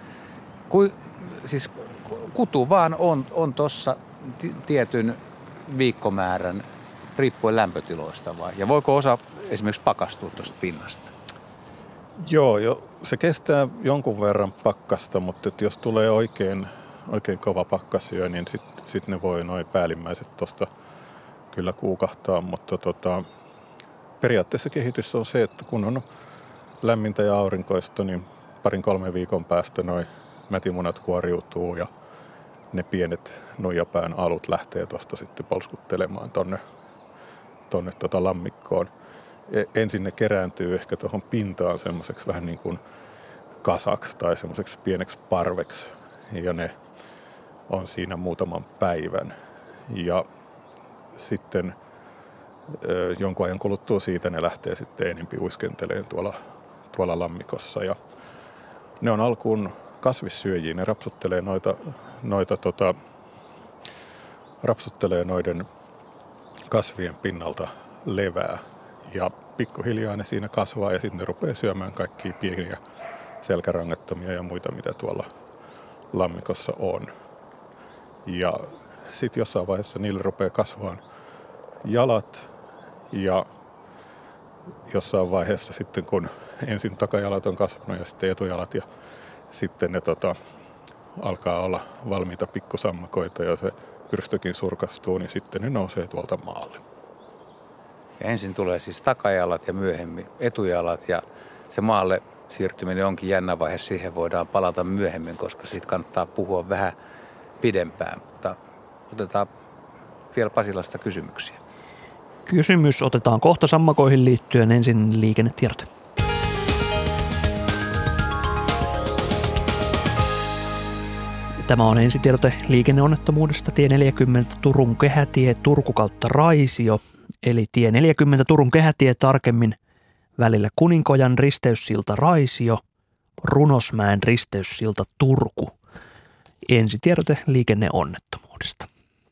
Siis kutu vaan on tuossa tietyn viikkomäärän riippuen lämpötiloista vai? Ja voiko osa esimerkiksi pakastua tuosta pinnasta? Joo, se kestää jonkun verran pakkasta, mutta jos tulee oikein kova pakkasyö, niin sit ne voi noin päällimmäiset tuosta kyllä kuukahtaa, mutta periaatteessa kehitys on se, että kun on lämmintä ja aurinkoista, niin 2-3 viikon päästä noi mätimunat kuoriutuu ja ne pienet nuijapään alut lähtee tuosta sitten polskuttelemaan tonne lammikkoon. Ensin ne kerääntyy ehkä tuohon pintaan semmoiseksi vähän niin kuin kasaksi tai semmoiseksi pieneksi parveksi ja ne on siinä muutaman päivän. Ja sitten jonkun ajan kuluttua siitä ne lähtee sitten enempi uiskenteleen tuolla lammikossa. Ja ne on alkuun kasvissyöjiä, ne rapsuttelee noiden kasvien pinnalta levää. Ja pikkuhiljaa ne siinä kasvaa ja sitten ne rupeaa syömään kaikkia pieniä selkärangattomia ja muita, mitä tuolla lammikossa on. Ja sitten jossain vaiheessa niillä rupeaa kasvaan jalat ja jossain vaiheessa sitten kun ensin takajalat on kasvanut ja sitten etujalat ja sitten ne alkaa olla valmiita pikkusammakoita ja se pyrstökin surkastuu, niin sitten ne nousee tuolta maalle. Ja ensin tulee siis takajalat ja myöhemmin etujalat ja se maalle siirtyminen onkin jännä vaihe. Siihen voidaan palata myöhemmin, koska siitä kannattaa puhua vähän pidempään. Mutta otetaan vielä Pasilasta kysymyksiä. Kysymys otetaan kohta sammakoihin liittyen, ensin liikennetiedot. Tämä on ensitiedote liikenneonnettomuudesta tie 40 Turun kehätie Turku kautta Raisio, eli tie 40 Turun kehätie tarkemmin välillä Kuninkojan risteyssilta Raisio, Runosmäen risteyssilta Turku. Ensitiedote liikenneonnettomuudesta.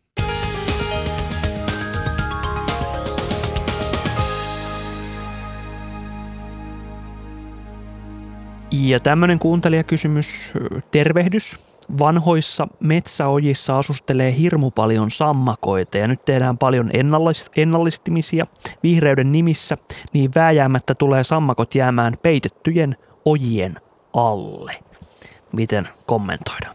Ja tämmöinen kuuntelijakysymys, tervehdys. Vanhoissa metsäojissa asustelee hirmu paljon sammakoita ja nyt tehdään paljon ennallistimisia vihreyden nimissä, niin vääjäämättä tulee sammakot jäämään peitettyjen ojien alle. Miten kommentoidaan?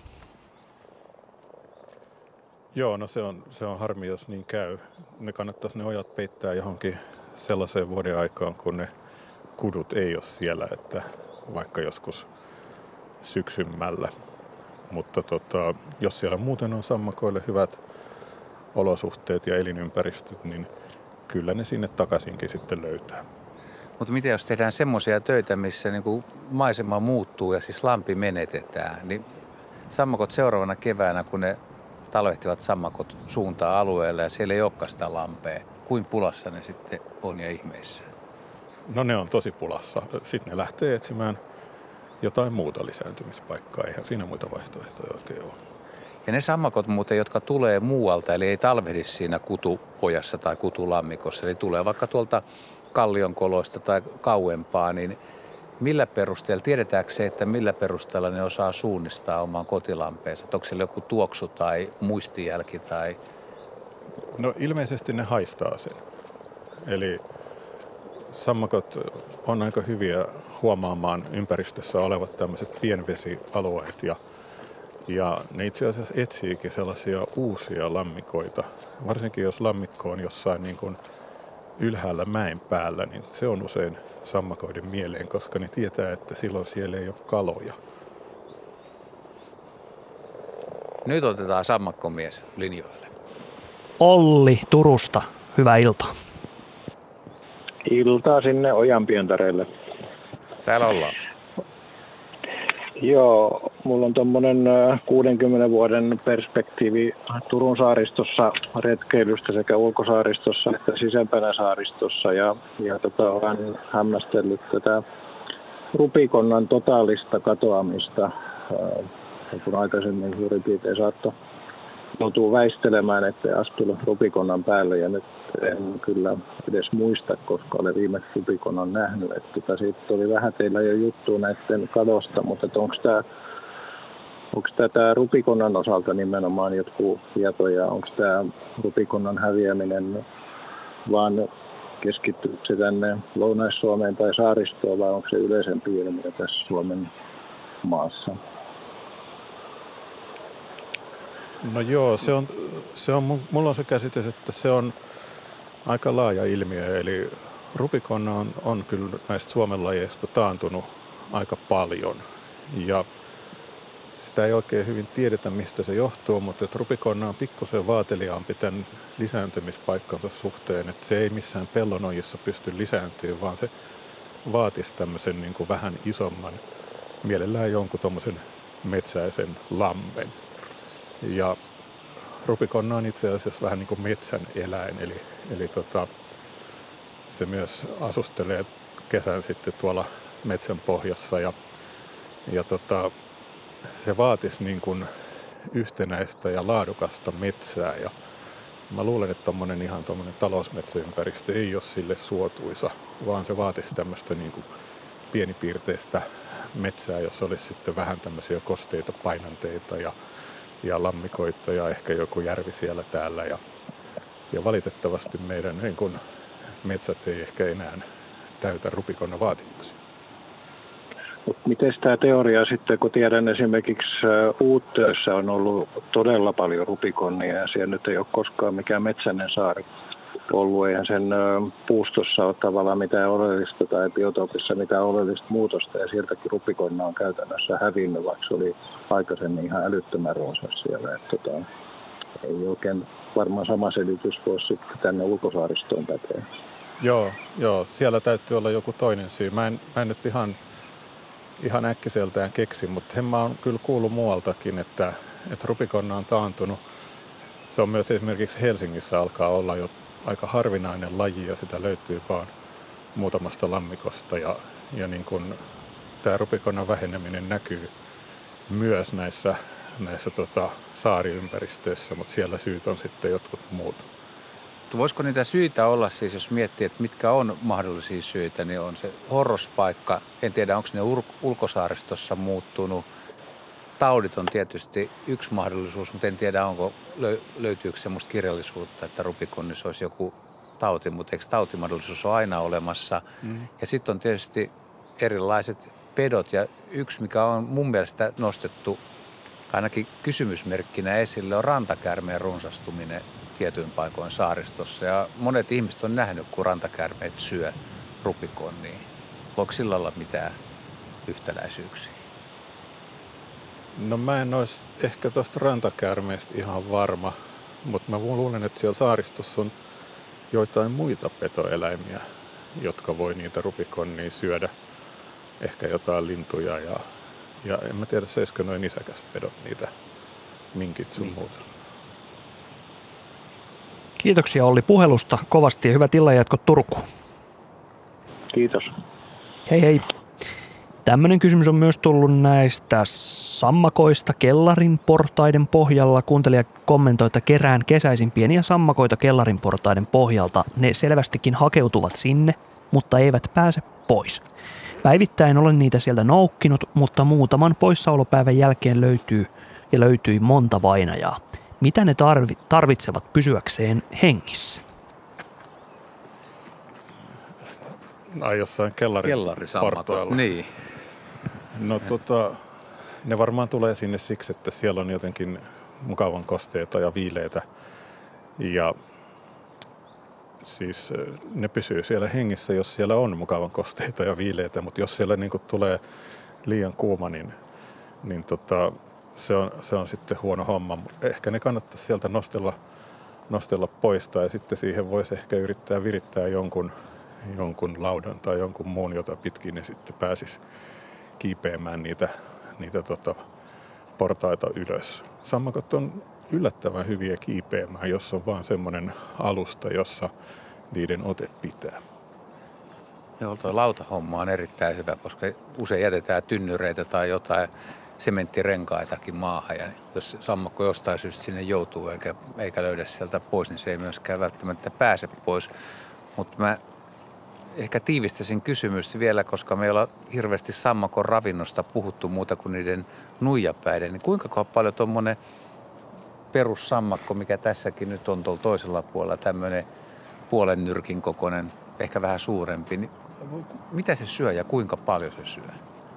Joo, no se on harmi, jos niin käy. Ne kannattaisi ne ojat peittää johonkin sellaiseen vuoden aikaan, kun ne kudut ei ole siellä, että vaikka joskus syksymällä. Mutta jos siellä muuten on sammakoille hyvät olosuhteet ja elinympäristöt, niin kyllä ne sinne takaisinkin sitten löytää. Mutta mitä jos tehdään semmoisia töitä, missä niinku maisema muuttuu ja siis lampi menetetään, niin sammakot seuraavana keväänä, kun ne talvehtivat sammakot suuntaan alueelle ja siellä ei olekaan sitä lampea, kuin pulassa ne sitten on ja ihmeissä? No ne on tosi pulassa. Sitten ne lähtee etsimään jotain muuta lisääntymispaikkaa. Eihän siinä muita vaihtoehtoja oikein ole. Ja ne sammakot muuten, jotka tulee muualta, eli ei talvehdi siinä kutuojassa tai kutulammikossa, eli tulee vaikka tuolta Kallionkoloista tai kauempaa, niin millä perusteella, tiedetäänkö se, että millä perusteella ne osaa suunnistaa oman kotilampeensa? Onko siellä joku tuoksu tai muistijälki? Tai... No ilmeisesti ne haistaa sen. Eli sammakot on aika hyviä huomaamaan ympäristössä olevat tämmöiset pienvesialueet ja ne itse asiassa etsiikin sellaisia uusia lammikoita. Varsinkin jos lammikko on jossain niin kuin ylhäällä mäen päällä, niin se on usein sammakoiden mieleen, koska ne tietää, että silloin siellä ei ole kaloja. Nyt otetaan sammakkomies linjoille. Olli Turusta, hyvää iltaa. Iltaa sinne Ojanpientareelle. Täällä ollaan. Joo, mulla on tommonen 60 vuoden perspektiivi Turun saaristossa retkeilystä sekä ulkosaaristossa että sisempänä saaristossa ja olen hämmästellyt tätä rupikonnan totaalista katoamista, kun aikaisemmin suurin piirtein saattoi joutua väistelemään, ettei astunut rupikonnan päälle ja nyt en kyllä edes muista, koska olen viimeksi rupikonnan nähnyt. Että siitä oli vähän teillä jo juttua näiden kadosta, mutta onko tämä rupikonnan osalta nimenomaan jotkut tietoja? Onko tämä rupikonnan häviäminen vaan keskittyykö se tänne Lounais-Suomeen tai saaristoon vai onko se yleisempi ilmiö tässä Suomen maassa? No joo, mulla on se käsitys, että se on aika laaja ilmiö, eli rupikonna on kyllä näistä Suomen lajeista taantunut aika paljon ja sitä ei oikein hyvin tiedetä, mistä se johtuu, mutta että rupikonna on pikkusen vaateliaampi tämän lisääntymispaikkansa suhteen, että se ei missään pellonojissa pysty lisääntymään, vaan se vaatisi tämmöisen niin kuin vähän isomman, mielellään jonkun tommosen metsäisen lammen. Ja rupikonna on itse asiassa vähän niin kuin metsän eläin, eli se myös asustelee kesän sitten tuolla metsän pohjassa ja se vaatisi niin kuin yhtenäistä ja laadukasta metsää ja mä luulen, että ihan tommonen talousmetsäympäristö ei ole sille suotuisa, vaan se vaatisi tämmöistä niin kuin pienipiirteistä metsää, jossa olisi sitten vähän tämmöisiä kosteita, painanteita ja lammikoita ja ehkä joku järvi siellä täällä. Ja valitettavasti meidän niin kun metsät ei ehkä enää täytä rupikonna vaatimuksia. Miten tämä teoria sitten, kun tiedän esimerkiksi Uuttöössä on ollut todella paljon rupikonnia ja siellä nyt ei ole koskaan mikään metsäinen saari ollut. Eihän sen puustossa ole tavallaan mitään oleellista tai biotoopissa mitään oleellista muutosta ja sieltäkin rupikonna on käytännössä hävinnyt, vaikka se oli aikaisemmin ihan älyttömän runsas siellä. Ei oikein varmaan sama selitys voi sitten tänne ulkosaaristoon pätee. Joo, siellä täytyy olla joku toinen syy. Mä en nyt ihan äkkiseltään keksi, mutta mä oon kyllä kuullut muualtakin, että rupikonna on taantunut. Se on myös esimerkiksi Helsingissä alkaa olla jo aika harvinainen laji ja sitä löytyy vaan muutamasta lammikosta. Ja niin kun tämä rupikonnan väheneminen näkyy myös näissä saariympäristöissä, mutta siellä syyt on sitten jotkut muut. Voisiko niitä syitä olla siis, jos miettii, että mitkä on mahdollisia syitä, niin on se horrospaikka. En tiedä, onko ne ulkosaaristossa muuttunut. Taudit on tietysti yksi mahdollisuus, mutta en tiedä, löytyykö semmoista kirjallisuutta, että rupikonnissa olisi joku tauti, mutta eikö tautimahdollisuus ole aina olemassa. Ja sitten on tietysti erilaiset pedot ja yksi, mikä on mun mielestä nostettu ainakin kysymysmerkkinä esille, on rantakäärmeen runsastuminen tietyin paikoin saaristossa. Ja monet ihmiset on nähnyt, kun rantakäärmeet syö rupikonnia. Voiko sillä olla mitään yhtäläisyyksiä? No mä en olisi ehkä tuosta rantakäärmeestä ihan varma, mutta mä luulen, että siellä saaristossa on joitain muita petoeläimiä, jotka voi niitä rupikonnia syödä. Ehkä jotain lintuja ja en mä tiedä, seiskö noin nisäkäspedot niitä minkit sun muuta. Kiitoksia Olli puhelusta kovasti ja hyvät illanjatko Turkuun. Kiitos. Hei hei. Tämmöinen kysymys on myös tullut näistä sammakoista kellarin portaiden pohjalla. Kuuntelija kommentoi, että kerään kesäisin pieniä sammakoita kellarin portaiden pohjalta. Ne selvästikin hakeutuvat sinne, mutta eivät pääse pois. Päivittäin olen niitä sieltä noukkinut, mutta muutaman poissaolopäivän jälkeen löytyi monta vainajaa. Mitä ne tarvitsevat pysyäkseen hengissä? Ai jossain kellariportailla. Niin. No ne varmaan tulee sinne siksi, että siellä on jotenkin mukavan kosteita ja viileitä. Ja siis ne pysyy siellä hengissä, jos siellä on mukavan kosteita ja viileitä, mutta jos siellä niin kuin tulee liian kuuma, niin se on sitten huono homma. Ehkä ne kannattaa sieltä nostella poistaa ja sitten siihen voisi ehkä yrittää virittää jonkun laudan tai jonkun muun, jota pitkin ne sitten pääsisi kiipeämään niitä portaita ylös. Sammakot on yllättävän hyviä kiipeämään, jos on vaan semmoinen alusta, jossa niiden ote pitää. Joo, tuo lautahomma on erittäin hyvä, koska usein jätetään tynnyreitä tai jotain sementtirenkaitakin maahan. Ja jos sammakko jostain syystä sinne joutuu eikä löydä sieltä pois, niin se ei myöskään välttämättä pääse pois. Mutta mä ehkä tiivistäisin kysymystä vielä, koska me ei olla hirveästi sammakon ravinnosta puhuttu muuta kuin niiden nuijapäiden. Niin kuinka paljon tuommoinen perussammakko, mikä tässäkin nyt on tuolla toisella puolella, tämmöinen puolen nyrkin kokoinen, ehkä vähän suurempi, niin mitä se syö ja kuinka paljon se syö?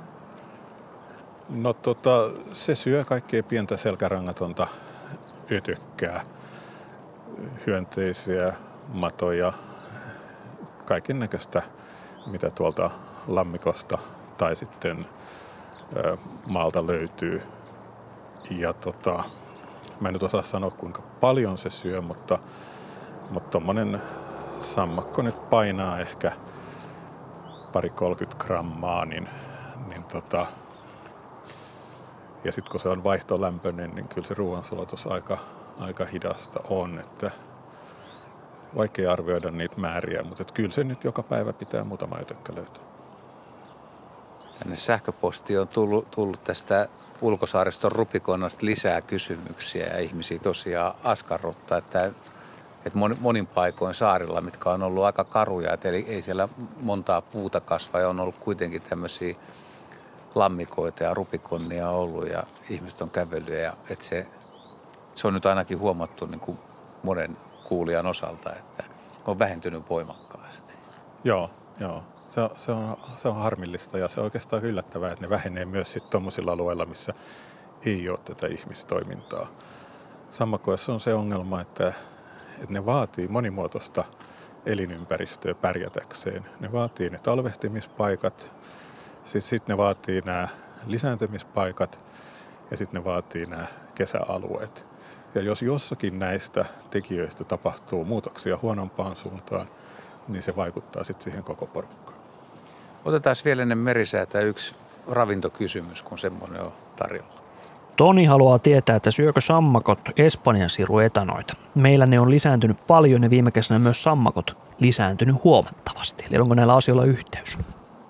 No se syö kaikkea pientä selkärangatonta ötökkää, hyönteisiä, matoja, kaiken näköistä, mitä tuolta lammikosta tai sitten maalta löytyy. Ja mä en nyt osaa sanoa, kuinka paljon se syö, mutta tommonen sammakko nyt painaa ehkä 20-30 grammaa, niin Ja sitten kun se on vaihtolämpöinen, niin kyllä se ruoansulatus aika hidasta on. Että vaikea arvioida niitä määriä, mutta kyllä se nyt joka päivä pitää muutama ötökkä löytää. Tänne sähköpostiin on tullut tästä Ulkosaariston Rupikonnasta lisää kysymyksiä ja ihmisiä tosiaan askarruttaa, että monin paikoin saarilla, mitkä on ollut aika karuja, eli ei siellä montaa puuta kasva ja on ollut kuitenkin tämmöisiä lammikoita ja rupikonnia ollut ja ihmiset on kävellyt ja että se on nyt ainakin huomattu niin kuin monen kuulijan osalta, että on vähentynyt voimakkaasti. Joo. Se on harmillista ja se on oikeastaan yllättävää, että ne vähenee myös sitten tuommoisilla alueilla, missä ei ole tätä ihmistoimintaa. Sammakoissa on se ongelma, että ne vaatii monimuotoista elinympäristöä pärjätäkseen. Ne vaatii ne talvehtimispaikat, sitten ne vaatii nämä lisääntymispaikat ja sitten ne vaatii nämä kesäalueet. Ja jos jossakin näistä tekijöistä tapahtuu muutoksia huonompaan suuntaan, niin se vaikuttaa sitten siihen koko porukkaan. Otetaan vielä ennen merisäätä yksi ravintokysymys, kun semmoinen on tarjolla. Toni haluaa tietää, että syökö sammakot Espanjan siruetanoita. Meillä ne on lisääntynyt paljon ja viime kesänä myös sammakot lisääntynyt huomattavasti. Eli onko näillä asioilla yhteys?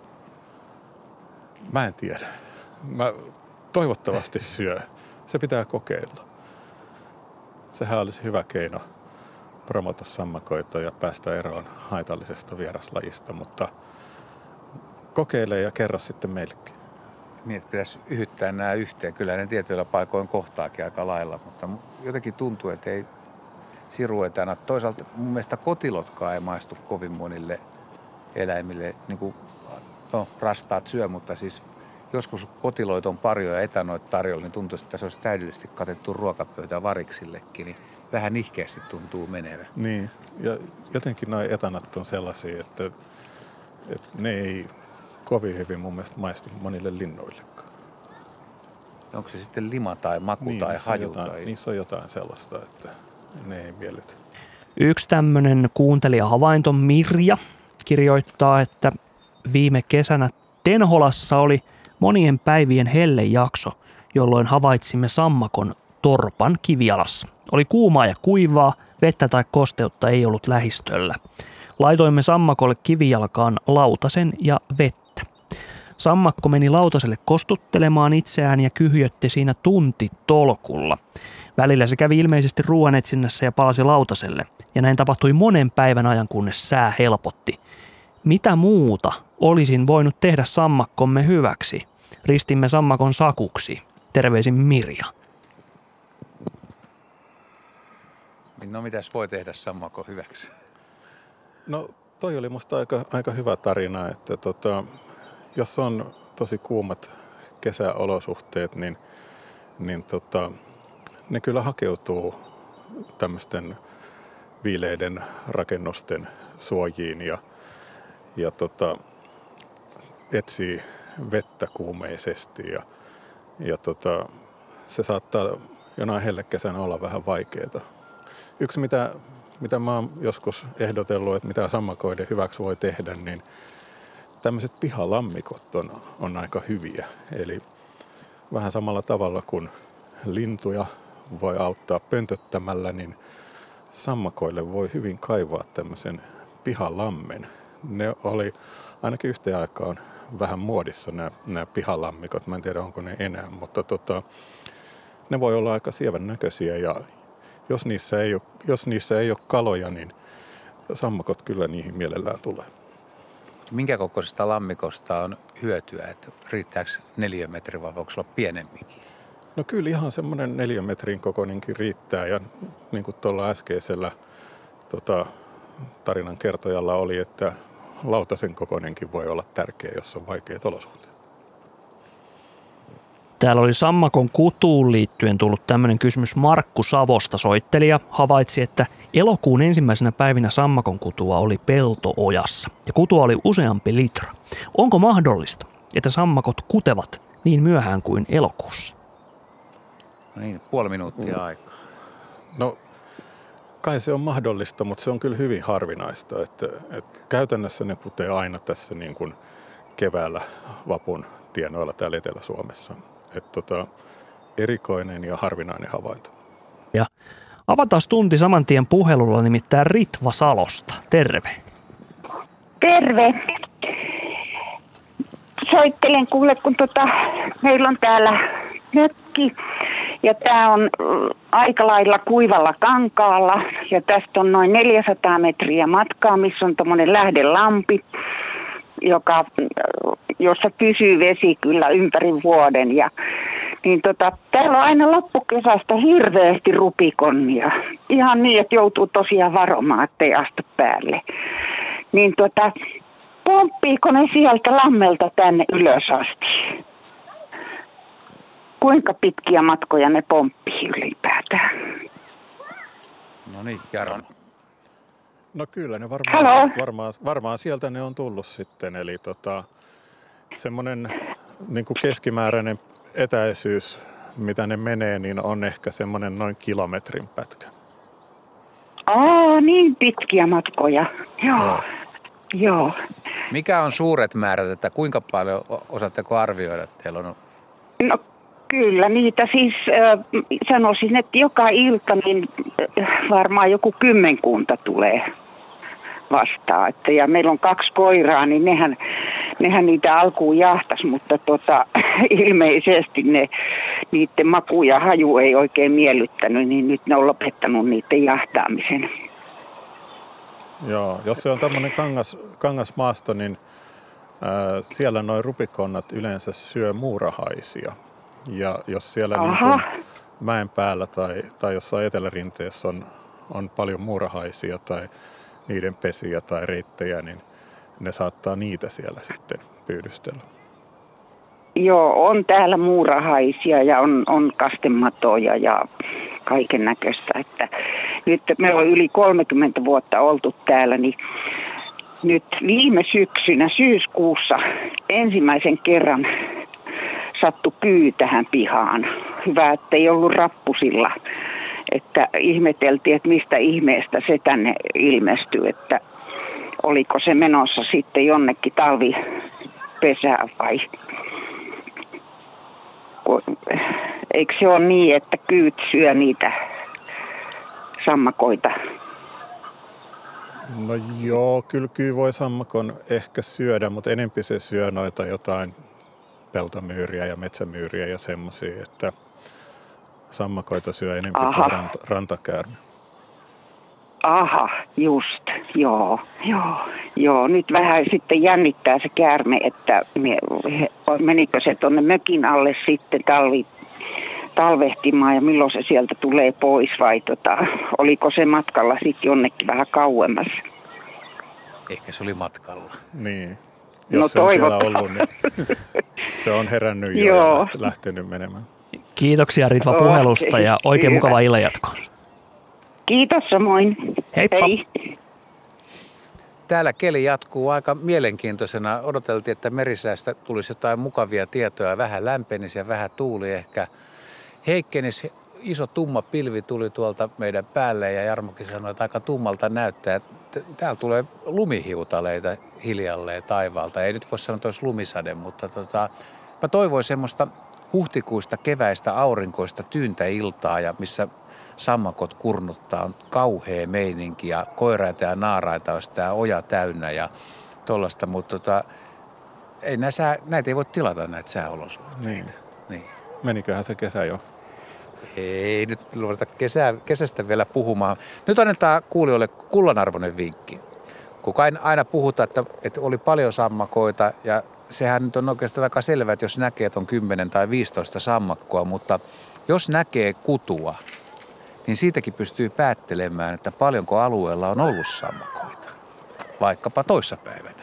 Mä en tiedä. Mä toivottavasti syö. Se pitää kokeilla. Sehän olisi hyvä keino promota sammakoita ja päästä eroon haitallisesta vieraslajista, mutta kokeile ja kerro sitten meillekin. Niin, että pitäisi yhyttää nämä yhteen. Kyllä ne tietyillä paikoin kohtaakin aika lailla, mutta jotenkin tuntuu, että ei siruetana. Toisaalta mun mielestä kotilotkaan ei maistu kovin monille eläimille. Niin kuin, rastaat syö, mutta siis joskus kotiloita on paljon ja etanoita tarjolla, niin tuntuu, että se olisi täydellisesti katettu ruokapöytä variksillekin. Niin vähän nihkeästi tuntuu menevä. Niin, ja jotenkin nuo etanat on sellaisia, että ne ei kovin hyvin mun mielestä maistu monille linnuillekaan. Onko se sitten lima tai maku niin, tai haju? Niissä on jotain sellaista, että ne ei miellytä. Yksi tämmöinen kuuntelijahavainto Mirja kirjoittaa, että viime kesänä Tenholassa oli monien päivien hellejakso, jolloin havaitsimme sammakon torpan kivialassa. Oli kuumaa ja kuivaa, vettä tai kosteutta ei ollut lähistöllä. Laitoimme sammakolle kivijalkaan lautasen ja vettä. Sammakko meni lautaselle kostuttelemaan itseään ja kyhjötti siinä tuntitolkulla. Välillä se kävi ilmeisesti ruoanetsinnässä ja palasi lautaselle. Ja näin tapahtui monen päivän ajan, kunnes sää helpotti. Mitä muuta olisin voinut tehdä sammakkomme hyväksi? Ristimme sammakon sakuksi. Terveisin Mirja. No mitäs voi tehdä sammakon hyväksi? No toi oli musta aika hyvä tarina, että jos on tosi kuumat kesäolosuhteet, niin ne kyllä hakeutuu tämmöisten viileiden rakennusten suojiin ja etsii vettä kuumeisesti ja se saattaa jonain hellekesänä olla vähän vaikeaa. Yksi mitä mä oon joskus ehdotellut, että mitä sammakoiden hyväksi voi tehdä, niin tämmöiset pihalammikot on aika hyviä. Eli vähän samalla tavalla kuin lintuja voi auttaa pöntöttämällä, niin sammakoille voi hyvin kaivaa tämmöisen pihalammen. Ne oli ainakin yhteen aikaan vähän muodissa nämä pihalammikot. Mä en tiedä, onko ne enää, mutta ne voi olla aika sievän näköisiä ja jos niissä ei ole kaloja, niin sammakot kyllä niihin mielellään tulee. Minkä kokoisesta lammikosta on hyötyä? Että riittääkö 4 metriä vai voiko olla pienemminkin? No kyllä ihan semmoinen 4 metrin kokoinenkin riittää ja niin kuin tuolla äskeisellä tarinan kertojalla oli, että lautasen kokoinenkin voi olla tärkeä, jos on vaikeat olosuhteet. Täällä oli sammakon kutuun liittyen tullut tämmöinen kysymys. Markku Savosta, soittelija, havaitsi, että elokuun ensimmäisenä päivinä sammakon kutua oli peltoojassa ja kutua oli useampi litra. Onko mahdollista, että sammakot kutevat niin myöhään kuin elokuussa? No niin, puoli minuuttia aikaa. No kai se on mahdollista, mutta se on kyllä hyvin harvinaista. Että käytännössä ne kutee aina tässä niin kuin keväällä vapun tienoilla täällä Etelä-Suomessa. erikoinen ja harvinainen havainto. Ja avataan tunti saman tien puhelulla nimittäin Ritva Salosta. Terve. Terve. Soittelen kuule, kun meillä on täällä mökki ja tää on aika lailla kuivalla kankaalla ja tästä on noin 400 metriä matkaa, missä on tommonen lähdelampi, jossa pysyy vesi kyllä ympäri vuoden ja niin täällä on aina loppukesästä hirveästi rupikonnia. Ihan niin, että joutuu tosiaan varomaan, ettei astu päälle. Niin pomppiiko ne sieltä lammelta tänne ylös asti? Kuinka pitkiä matkoja ne pomppii ylipäätään? No niin, Jaron. No kyllä ne varmaan sieltä ne on tullut sitten. Eli semmoinen niin kuin keskimääräinen etäisyys, mitä ne menee, niin on ehkä semmoinen noin kilometrin pätkä. Niin pitkiä matkoja. Joo. Mikä on suuret määrät, että kuinka paljon osaatteko arvioida, että teillä on? No kyllä, niitä siis sanoisin, että joka ilta niin varmaan joku 10 tulee vastaan. Ja meillä on 2 koiraa, niin nehän niitä alkuun jahtas, mutta ilmeisesti niiden maku ja haju ei oikein miellyttänyt, niin nyt ne on lopettanut niiden jahtaamisen. Joo, jos se on tämmöinen kangasmaasto, niin siellä nuo rupikonnat yleensä syö muurahaisia. Ja jos siellä niin mäen päällä tai jossain etelärinteessä on paljon muurahaisia tai niiden pesiä tai reittejä, niin ne saattaa niitä siellä sitten pyydystellä. Joo, on täällä muurahaisia ja on kastematoja ja kaiken näköistä. Että nyt me on yli 30 vuotta oltu täällä, niin nyt viime syksynä syyskuussa ensimmäisen kerran sattui kyy tähän pihaan. Hyvä, että ei ollut rappusilla. Että ihmeteltiin, että mistä ihmeestä se tänne ilmestyi, että oliko se menossa sitten jonnekin talvipesään vai eikö se ole niin, että kyyt syö niitä sammakoita? No joo, kyllä kyy voi sammakon ehkä syödä, mutta enempi se syö noita jotain peltomyyriä ja metsämyyriä ja semmoisia, että sammakoita syö enempi rantakäärme. Aha, just, joo. Nyt vähän sitten jännittää se käärme, että menikö se tuonne mökin alle sitten talvehtimaan ja milloin se sieltä tulee pois vai oliko se matkalla sitten jonnekin vähän kauemmas? Ehkä se oli matkalla. Niin, jos se on siellä ollut, niin se on herännyt jo ja lähtenyt menemään. Kiitoksia Ritva puhelusta ja oikein mukavaa illanjatkoa. Kiitos samoin. Heippa. Hei. Täällä keli jatkuu aika mielenkiintoisena. Odoteltiin, että merisäästä tulisi jotain mukavia tietoja. Vähän lämpenisi ja vähän tuuli ehkä heikkenisi. Iso tumma pilvi tuli tuolta meidän päälle ja Jarmokin sanoi, että aika tummalta näyttää. Täällä tulee lumihiutaleita hiljalleen taivaalta. Ei nyt voi sanoa, että olisi lumisade, mutta mä toivoin semmoista huhtikuista keväistä aurinkoista tyyntä iltaa ja missä sammakot kurnuttaa, on kauhea meininki ja koiraita ja naaraita olisi tämä oja täynnä ja tollaista, mutta ei näitä ei voi tilata näitä sääolosuhteita. Niin. Meniköhän se kesä jo? Ei nyt ruveta kesästä vielä puhumaan. Nyt annetaan kuulijoille kullanarvoinen vinkki. Kun aina puhutaan, että oli paljon sammakoita ja sehän nyt on oikeastaan aika selvää, että jos näkee, että on 10 tai 15 sammakkoa, mutta jos näkee kutua, niin siitäkin pystyy päättelemään, että paljonko alueella on ollut sammakoita, vaikkapa toissapäivänä.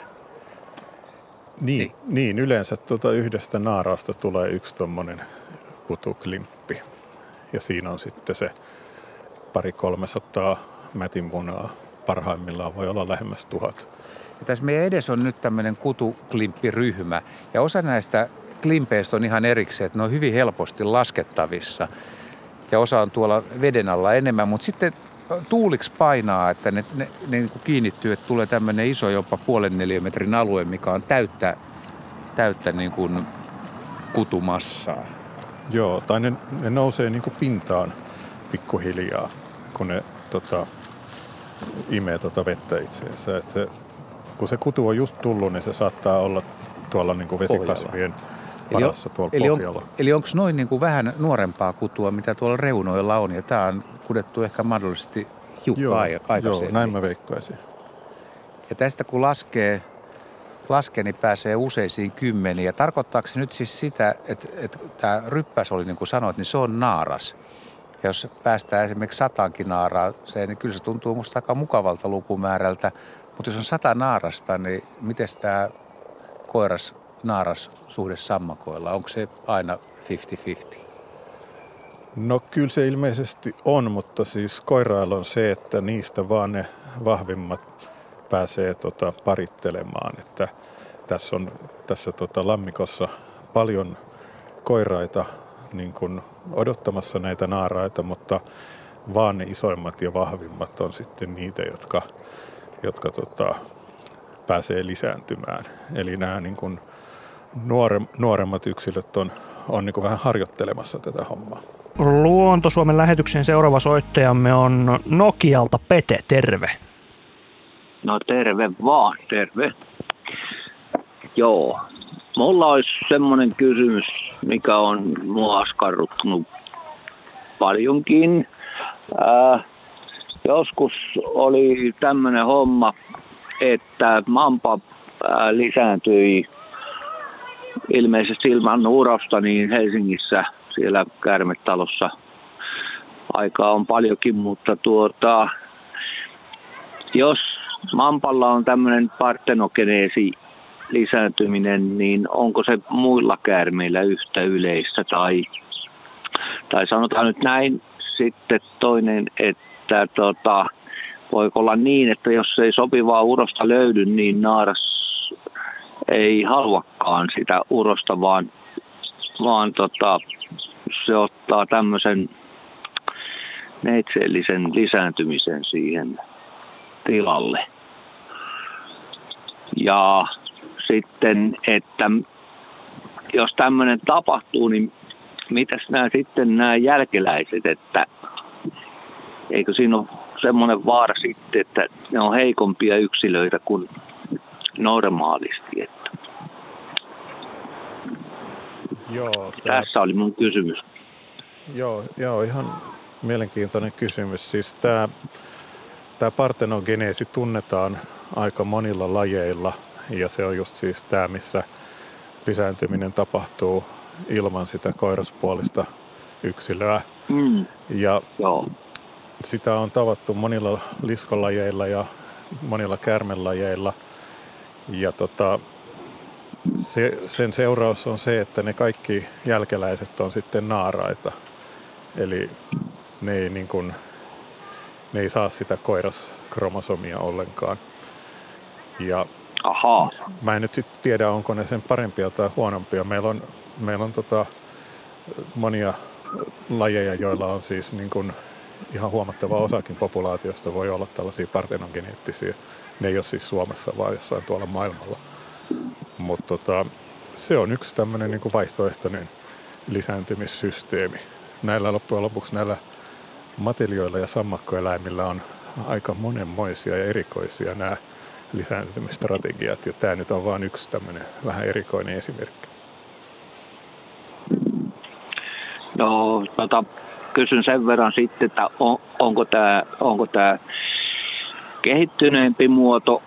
Niin yleensä yhdestä naaraasta tulee yksi tommonen kutuklimppi. Ja siinä on sitten se 200-300 mätinmunaa. Parhaimmillaan voi olla lähemmäs 1000. Ja tässä meidän edessä on nyt tämmöinen kutuklimppiryhmä. Ja osa näistä klimpeistä on ihan erikseen, että ne on hyvin helposti laskettavissa. Ja osa on tuolla veden alla enemmän, mutta sitten tuuliksi painaa, että ne niin kuin kiinnittyy, että tulee tämmöinen iso jopa 0,5 neliömetrin alue, mikä on täyttä niin kuin kutumassaa. Joo, tai ne nousee niin kuin pintaan pikkuhiljaa, kun ne imee vettä itseensä. Kun se kutu on just tullut, niin se saattaa olla tuolla niin kuin vesikasvien varassa tuolla pohjalla. Eli onko noin niin kuin vähän nuorempaa kutua, mitä tuolla reunoilla on, ja tämä on kudettu ehkä mahdollisesti hiukka aikaisemmin? Joo, näin mä veikkaisin. Ja tästä kun laskee, niin pääsee useisiin kymmeniin. Ja tarkoittaako se nyt siis sitä, että tämä ryppäs oli, niin kuin sanoit, niin se on naaras. Ja jos päästään esimerkiksi 100 naaraa, niin kyllä se tuntuu musta aika mukavalta lukumäärältä. Mutta jos on 100 naarasta, niin miten tämä koiras-naaras suhde sammakoilla? Onko se aina 50-50? No kyllä se ilmeisesti on, mutta siis koirailla on se, että niistä vaan ne vahvimmat pääsee parittelemaan. Että tässä lammikossa paljon koiraita niin kuin odottamassa näitä naaraita, mutta vaan ne isoimmat ja vahvimmat on sitten niitä, jotka pääsee lisääntymään. Eli nämä niin kuin nuoremmat yksilöt on niin kuin vähän harjoittelemassa tätä hommaa. Luonto-Suomen lähetyksen seuraava soittajamme on Nokialta Pete, terve. No terve vaan, terve. Joo, mulla olisi semmoinen kysymys, mikä on mua askarruttanut paljonkin. Joskus oli tämmöinen homma, että mampa lisääntyi ilmeisesti ilman urausta niin Helsingissä, siellä Käärmetalossa. Aikaa on paljonkin, mutta jos mampalla on tämmöinen partenogeneesi lisääntyminen, niin onko se muilla käärmeillä yhtä yleistä? Tai sanotaan nyt näin sitten toinen, että voiko olla niin, että jos ei sopivaa urosta löydy, niin naaras ei haluakaan sitä urosta, vaan se ottaa tämmöisen neitseellisen lisääntymisen siihen tilalle. Ja sitten, että jos tämmöinen tapahtuu, niin mitäs nämä jälkeläiset, että eikö siinä ole semmoinen vaara sitten, että ne on heikompia yksilöitä kuin normaalisti. Että. Joo, tässä oli mun kysymys. Joo, ihan mielenkiintoinen kysymys. Siis tämä partenogeneesi tunnetaan aika monilla lajeilla, ja se on just siis tämä, missä lisääntyminen tapahtuu ilman sitä koiraspuolista yksilöä. Ja sitä on tavattu monilla liskolajeilla ja monilla käärmelajeilla. Ja sen seuraus on se, että ne kaikki jälkeläiset on sitten naaraita. Eli ne ei saa sitä koiraskromosomia ollenkaan. Ja mä en nyt sitten tiedä, onko ne sen parempia tai huonompia. Meillä on monia lajeja, joilla on siis niin kuin ihan huomattava osakin populaatiosta voi olla tällaisia partenogeneettisiä. Ne ei ole siis Suomessa, vaan jossain tuolla maailmalla. Mutta se on yksi tämmöinen niin kuin vaihtoehtoinen lisääntymissysteemi. Näillä loppujen lopuksi näillä matelioilla ja sammakkoeläimillä on aika monenmoisia ja erikoisia nämä lisääntymistrategiat. Ja tämä nyt on vain yksi tämmöinen vähän erikoinen esimerkki. No, kysyn sen verran sitten, että onko tämä kehittyneempi muoto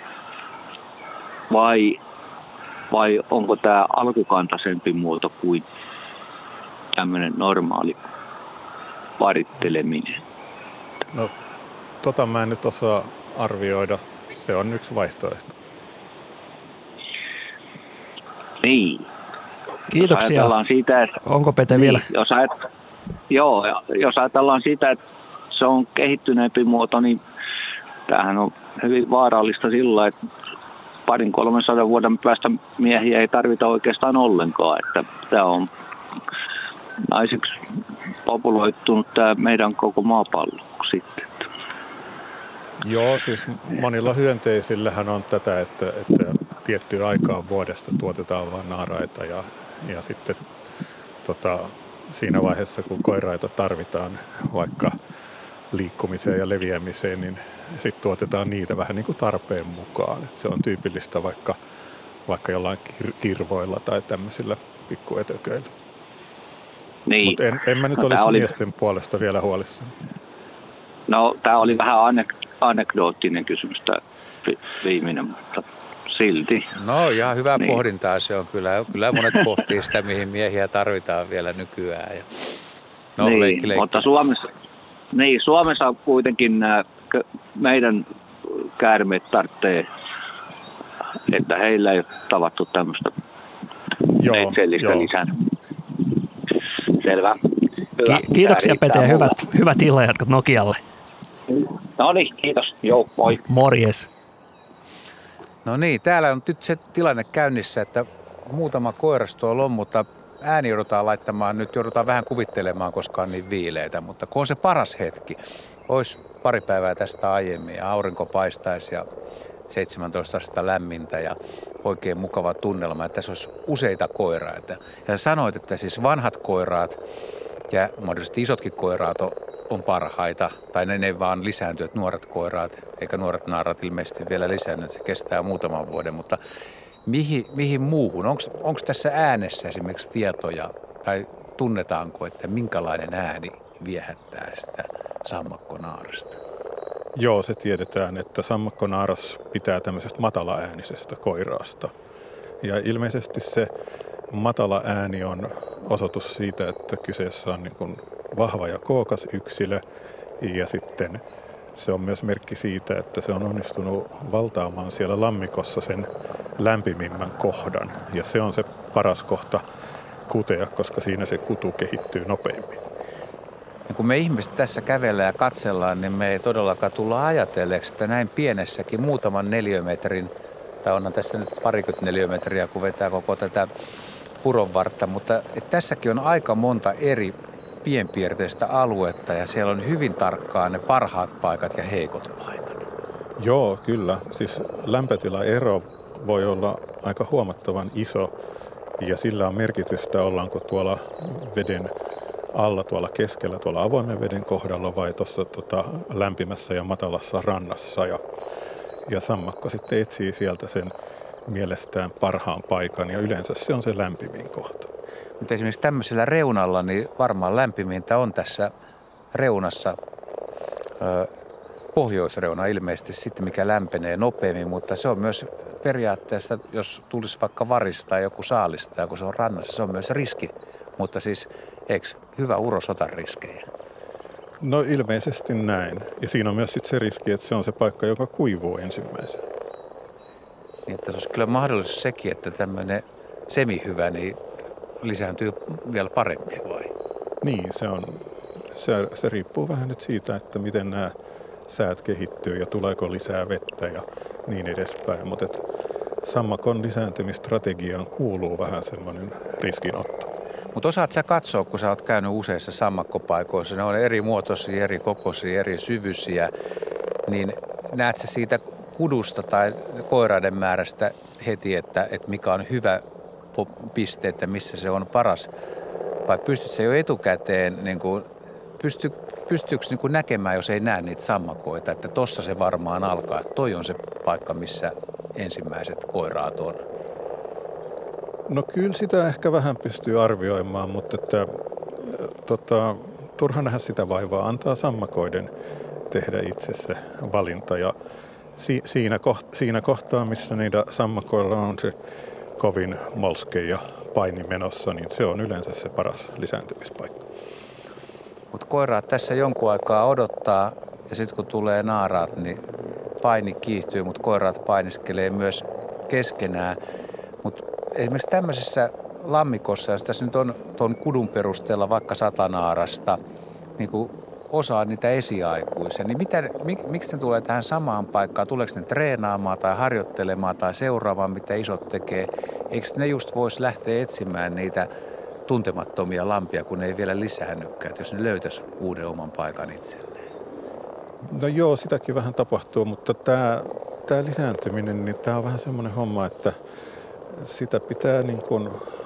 vai onko tämä alkukantaisempi muoto kuin tämmöinen normaali paritteleminen? No, mä en nyt osaa arvioida. Se on yksi vaihtoehto. Niin. Kiitoksia. Siitä, että, onko Pete vielä? Jos ajatellaan sitä, että se on kehittyneempi muoto, niin tämähän on hyvin vaarallista sillä, että 200-300 vuoden päästä miehiä ei tarvita oikeastaan ollenkaan. Että tämä on naisiksi populoittunut tämä meidän koko maapallo sitten. Joo, siis monilla hyönteisillähän on tätä, että tiettyä aikaa vuodesta tuotetaan vain naaraita ja sitten siinä vaiheessa, kun koiraita tarvitaan vaikka liikkumiseen ja leviämiseen, niin sitten tuotetaan niitä vähän niin kuin tarpeen mukaan. Et se on tyypillistä vaikka jollain kirvoilla tai tämmöisillä pikkuetököillä. Niin. Mutta en mä nyt olisi miesten puolesta vielä huolissani. No, tämä oli vähän anekdoottinen kysymys, tämä viimeinen, mutta silti. No, ihan hyvä pohdintaa se on kyllä. Kyllä monet pohtii sitä, mihin miehiä tarvitaan vielä nykyään. No, niin, mutta Suomessa kuitenkin meidän käärmeet tarvitsee, että heillä ei ole tavattu tämmöistä neitsellistä lisää. Selvä. Hyvä. Kiitoksia Pete ja hyvät illanjatkot Nokialle. No niin, kiitos. Joo, moi. Morjes. No niin, täällä on nyt se tilanne käynnissä, että muutama koirasto on, mutta ääni joudutaan laittamaan, nyt joudutaan vähän kuvittelemaan, koska on niin viileitä, mutta kun on se paras hetki, olisi pari päivää tästä aiemmin ja aurinko paistaisi ja 17 astetta lämmintä ja oikein mukava tunnelma, että tässä olisi useita koiraita. Ja sanoit, että siis vanhat koiraat ja mahdollisesti isotkin koiraat on parhaita, tai ne vaan lisääntyvät nuoret koiraat, eikä nuoret naarat ilmeisesti vielä lisännyt, se kestää muutaman vuoden, mutta mihin muuhun? Onko tässä äänessä esimerkiksi tietoja, tai tunnetaanko, että minkälainen ääni viehättää sitä sammakkonaarasta? Joo, se tiedetään, että sammakkonaaras pitää tämmöisestä matalaäänisestä koiraasta. Ja ilmeisesti se matala ääni on osoitus siitä, että kyseessä on niin kuin vahva ja kookas yksilö. Ja sitten se on myös merkki siitä, että se on onnistunut valtaamaan siellä lammikossa sen lämpimimmän kohdan. Ja se on se paras kohta kutea, koska siinä se kutu kehittyy nopeimmin. Ja kun me ihmiset tässä kävellään ja katsellaan, niin me ei todellakaan tulla ajatelleeksi, että näin pienessäkin muutaman neliömetrin, tai onhan tässä nyt parikymmentä neliömetriä, kun vetää koko tätä puronvartta, mutta tässäkin on aika monta eri pienpiirteistä aluetta ja siellä on hyvin tarkkaan ne parhaat paikat ja heikot paikat. Joo, kyllä. Siis lämpötilaero voi olla aika huomattavan iso ja sillä on merkitystä, ollaanko tuolla veden alla, tuolla keskellä, tuolla avoimen veden kohdalla vai tuossa lämpimässä ja matalassa rannassa. Ja sammakko sitten etsii sieltä sen mielestään parhaan paikan ja yleensä se on se lämpimin kohta. Mutta esimerkiksi tämmöisellä reunalla, niin varmaan lämpimintä on tässä reunassa pohjoisreuna ilmeisesti sitten, mikä lämpenee nopeammin, mutta se on myös periaatteessa, jos tulisi vaikka varista tai joku saalista ja kun se on rannassa, se on myös riski, mutta siis eikö hyvä uros ota riskejä? No ilmeisesti näin. Ja siinä on myös sitten se riski, että se on se paikka, joka kuivuu ensimmäisenä. Niin, että se olisi kyllä mahdollisuus sekin, että tämmöinen semihyvä niin lisääntyy vielä paremmin vai? Niin, se riippuu vähän nyt siitä, että miten nämä säät kehittyy ja tuleeko lisää vettä ja niin edespäin. Mutta sammakon lisääntymistrategiaan kuuluu vähän semmoinen riskinotto. Mutta osaat sä katsoa, kun sä oot käynyt useissa sammakkopaikoissa, ne on eri muotoisia, eri kokoisia, eri syvyisiä, niin näet sä siitä kudusta tai koiraiden määrästä heti, että mikä on hyvä piste, että missä se on paras? Vai pystytkö jo etukäteen, niin kuin, pystyykö niin kuin näkemään, jos ei näe niitä sammakoita, että tossa se varmaan alkaa, että toi on se paikka, missä ensimmäiset koiraat on? No kyllä sitä ehkä vähän pystyy arvioimaan, mutta turha nähdä sitä vaivaa, antaa sammakoiden tehdä itse se valinta. Ja siinä kohtaa, missä niitä sammakoilla on se kovin molske ja paini menossa, niin se on yleensä se paras lisääntymispaikka. Mutta koiraat tässä jonkun aikaa odottaa ja sitten kun tulee naaraat, niin paini kiihtyy, mutta koiraat painiskelee myös keskenään. Mutta esimerkiksi tämmöisessä lammikossa, jos tässä nyt on tuon kudun perusteella vaikka 100 naarasta, niin kuin osaa niitä esiaikuisia, niin miksi ne tulee tähän samaan paikkaan? Tuleeko ne treenaamaan tai harjoittelemaan tai seuraamaan, mitä isot tekee? Eikö ne just voisi lähteä etsimään niitä tuntemattomia lampia, kun ne ei vielä lisäännykään, jos ne löytäisi uuden oman paikan itselleen? No joo, sitäkin vähän tapahtuu, mutta tämä lisääntyminen, niin tämä on vähän semmoinen homma, että sitä pitää niin kuin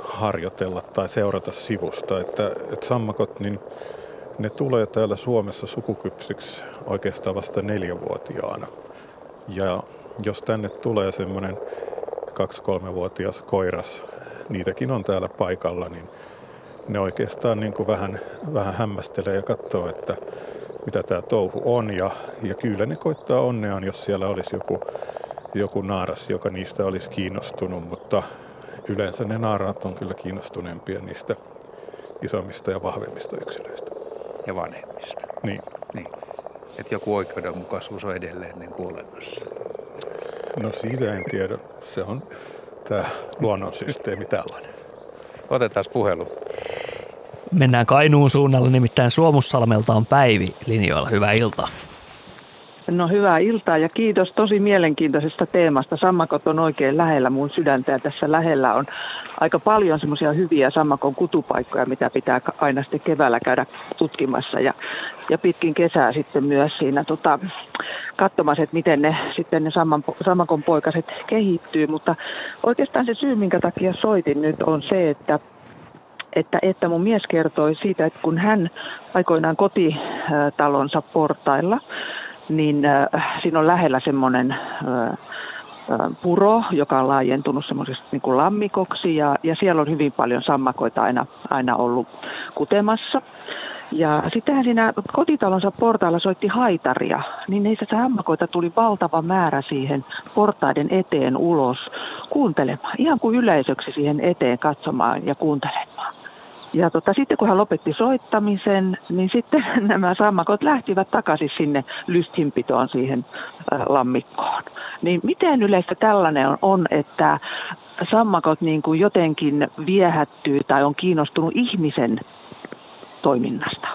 harjoitella tai seurata sivusta. Että sammakot, niin ne tulee täällä Suomessa sukukypsiksi oikeastaan vasta 4-vuotiaana. Ja jos tänne tulee semmoinen 2-3-vuotias koiras, niitäkin on täällä paikalla, niin ne oikeastaan niin kuin vähän hämmästelee ja katsoo, että mitä tämä touhu on. Ja kyllä ne koittaa onneaan, jos siellä olisi joku naaras, joka niistä olisi kiinnostunut, mutta yleensä ne naaraat on kyllä kiinnostuneempia niistä isommista ja vahvemmista yksilöistä. Ja vanhemmista. Niin. Että joku oikeudenmukaisuus on edelleen niin kuin olemassa. No siitä en tiedä. Se on tämä luonnonsysteemi tällainen. Otetaan puhelu. Mennään Kainuun suunnalla, nimittäin Suomussalmelta on Päivi linjoilla. Hyvää iltaa. No hyvää iltaa ja kiitos tosi mielenkiintoisesta teemasta. Sammakot on oikein lähellä mun sydäntä ja tässä lähellä on aika paljon semmoisia hyviä sammakon kutupaikkoja, mitä pitää aina sitten keväällä käydä tutkimassa ja pitkin kesää sitten myös siinä katsomassa, että miten ne sammakon poikaset kehittyy. Mutta oikeastaan se syy, minkä takia soitin nyt on se, että mun mies kertoi siitä, että kun hän aikoinaan kotitalonsa portailla, niin siinä on lähellä semmoinen puro, joka on laajentunut semmoisesta niin kuin lammikoksi ja siellä on hyvin paljon sammakoita aina ollut kutemassa. Ja sittenhän siinä kotitalonsa portailla soitti haitaria, niin niistä sammakoita tuli valtava määrä siihen portaiden eteen ulos kuuntelemaan, ihan kuin yleisöksi siihen eteen katsomaan ja kuuntelemaan. Ja sitten kun hän lopetti soittamisen, niin sitten nämä sammakot lähtivät takaisin sinne lystinpitoon siihen lammikkoon. Niin miten yleistä tällainen on, että sammakot niin kuin jotenkin viehättyy tai on kiinnostunut ihmisen toiminnasta?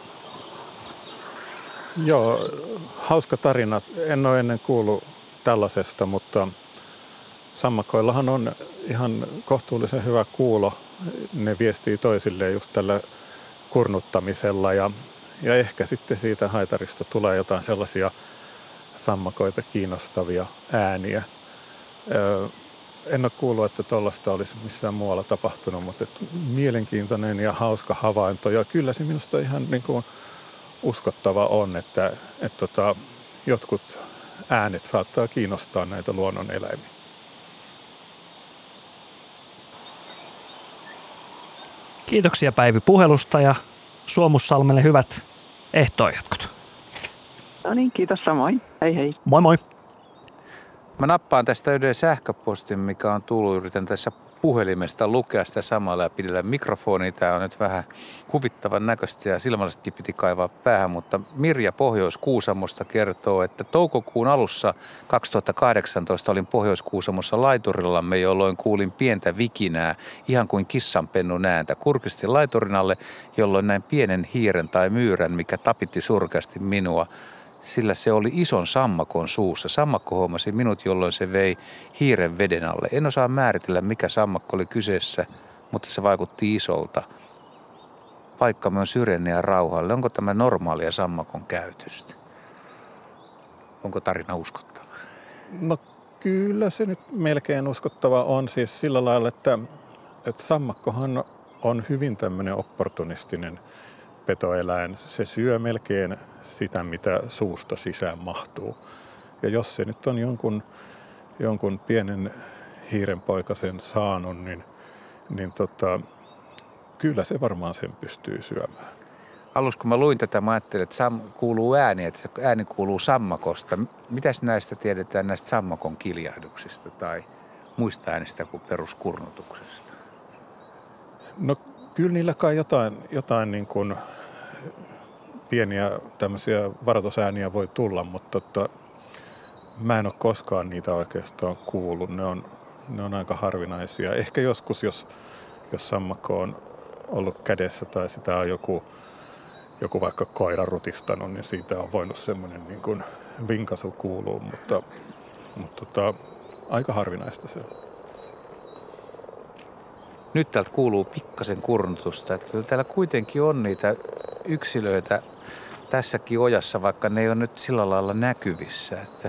Joo, hauska tarina. En ole ennen kuullut tällaisesta, mutta sammakoillahan on ihan kohtuullisen hyvä kuulo. Ne viestii toisilleen just tällä kurnuttamisella ja ehkä sitten siitä haitarista tulee jotain sellaisia sammakoita kiinnostavia ääniä. En ole kuullut, että tuollaista olisi missään muualla tapahtunut, mutta mielenkiintoinen ja hauska havainto. Ja kyllä se minusta ihan niin kuin uskottava on, että jotkut äänet saattaa kiinnostaa näitä luonnoneläimiä. Kiitoksia Päivi puhelusta ja Suomussalmelle hyvät ehtoonjatkot. No niin, kiitos samoin. Hei hei. Moi moi. Mä nappaan tästä yhden sähköpostin, mikä on tullut. Yritän tässä puhelimesta lukea sitä samalla ja pidellä mikrofonia. Tämä on nyt vähän huvittavan näköistä ja silmällisetkin piti kaivaa päähän, mutta Mirja Pohjois-Kuusamosta kertoo, että toukokuun alussa 2018 olin Pohjois-Kuusamossa laiturillamme, jolloin kuulin pientä vikinää, ihan kuin kissanpennun ääntä. Kurkistin laiturin alle, jolloin näin pienen hiiren tai myyrän, mikä tapitti surkeasti minua. Sillä se oli ison sammakon suussa. Sammakko huomasi minut, jolloin se vei hiiren veden alle. En osaa määritellä, mikä sammakko oli kyseessä, mutta se vaikutti isolta. Paikka myös syrjenne ja rauhalle. Onko tämä normaalia sammakon käytöstä? Onko tarina uskottava? No kyllä se nyt melkein uskottava on siis sillä lailla, että sammakkohan on hyvin tämmöinen opportunistinen petoeläin. Se syö melkein sitä, mitä suusta sisään mahtuu. Ja jos se nyt on jonkun pienen hiirenpoikasen saanut, niin kyllä se varmaan sen pystyy syömään. Alussa kun mä luin tätä, mä ajattelin, että kuuluu ääni, että ääni kuuluu sammakosta. Mitäs näistä tiedetään näistä sammakon kiljahduksista tai muista äänistä kuin peruskurnutuksesta? No kyllä niillä kai jotain niin kuin pieniä tämmöisiä varoitusääniä voi tulla, mutta mä en ole koskaan niitä oikeastaan kuullut. Ne on aika harvinaisia. Ehkä joskus, jos sammakko on ollut kädessä tai sitä on joku vaikka koira rutistanut, niin siitä on voinut semmoinen niin kuin vinkaisu kuulua, mutta aika harvinaista se on. Nyt täältä kuuluu pikkasen kurnutusta, että kyllä täällä kuitenkin on niitä yksilöitä tässäkin ojassa, vaikka ne ei ole nyt sillä lailla näkyvissä, että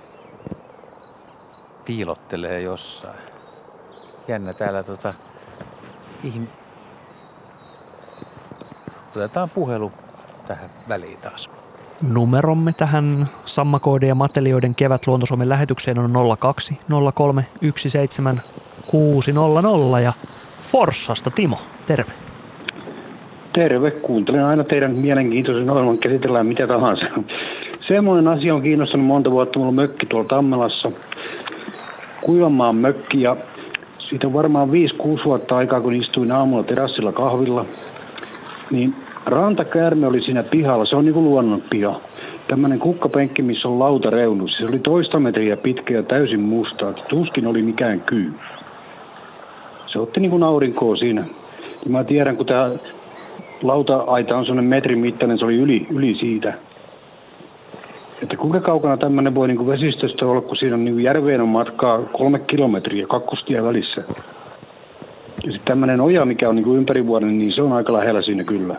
piilottelee jossain. Jännä täällä Otetaan puhelu tähän väliin taas. Numeromme tähän sammakoiden ja matelioiden kevät Luonto-Suomen lähetykseen on 02 03 17 600 ja Forssasta Timo, terve. Terve, kuuntelen aina teidän mielenkiintoisen ohjelman, käsitellään mitä tahansa. Semmoinen asia on kiinnostanut monta vuotta, mulla on mökki tuolla Tammelassa, Kuivanmaan mökki, ja siitä on varmaan 5-6 vuotta aikaa, kun istuin aamulla terassilla kahvilla, niin rantakäärme oli siinä pihalla, se on niin kuin luonnonpiha. Tämmöinen kukkapenkki, missä on lautareunus, se oli 1,5 metriä pitkä ja täysin mustaa, tuskin oli mikään kyy. Se otti niin kuin aurinkoa siinä. Ja mä tiedän, kun tämä lauta-aita on semmoinen metrin mittainen, se oli yli siitä. Että kuinka kaukana tämmöinen voi niin kuin vesistöstä olla, kun siinä on niin kuin järveen on matkaa 3 kilometriä, kakkostie välissä. Ja sitten tämmöinen oja, mikä on niin kuin ympärivuoden, niin se on aika lähellä siinä kyllä.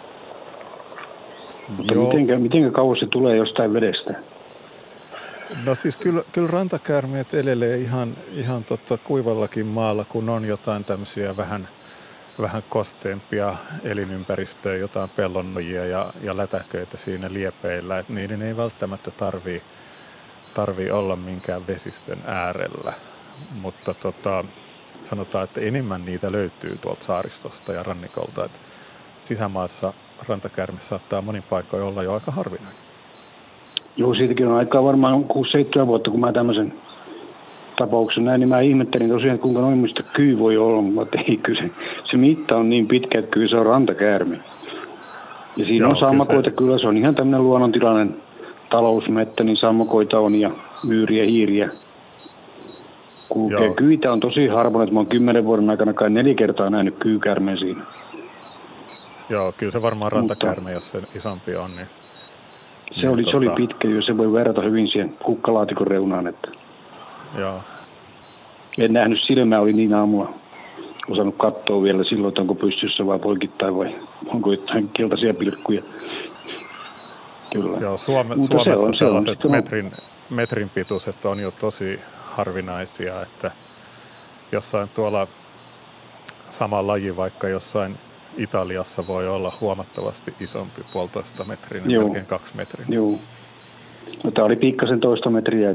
Mutta mitenkä kauas se tulee jostain vedestä? No siis kyllä rantakäärmeet elelee ihan kuivallakin maalla, kun on jotain tämmöisiä vähän kosteempia elinympäristöjä, jotain pellonnojia ja lätäköitä siinä liepeillä. Et niiden ei välttämättä tarvii olla minkään vesistön äärellä, mutta sanotaan, että enemmän niitä löytyy tuolta saaristosta ja rannikolta. Et sisämaassa rantakäärme saattaa monin paikoin olla jo aika harvinainen. Joo, siitäkin on aikaa varmaan 6-7 vuotta, kun mä tämmöisen tapauksen näin, niin mä ihmettelin tosiaan, kuinka noin muista kyy voi olla, mutta ei kyllä se mitta on niin pitkä, että kyllä se on rantakäärme. Ja siinä on sammakoita, kyllä se on ihan tämmöinen luonnontilainen talousmettä, niin sammakoita on ja myyriä, hiiriä. Kulkee. Kyitä on tosi harvoin, että mä oon 10 vuoden aikana kai 4 kertaa nähnyt kyykäärmeen siinä. Joo, kyllä se varmaan rantakäärme, jos se isompi on. Niin, se oli pitkä, jos se voi verrata hyvin siihen kukkalaatikon reunaan. Että joo. En nähnyt silmää, oli niin aamulla osannut katsoa vielä silloin, että onko pystyssä vai poikittain vai onko jotain keltaisia pilkkuja. Kyllä. Joo, Suomessa sellaiset metrin pituiset on jo tosi harvinaisia, että jossain tuolla sama laji, vaikka jossain Italiassa voi olla huomattavasti isompi, 1,5 metrinen, melkein 2 metrinen. Joo. No, tämä oli pikkasen 1,5 metriä.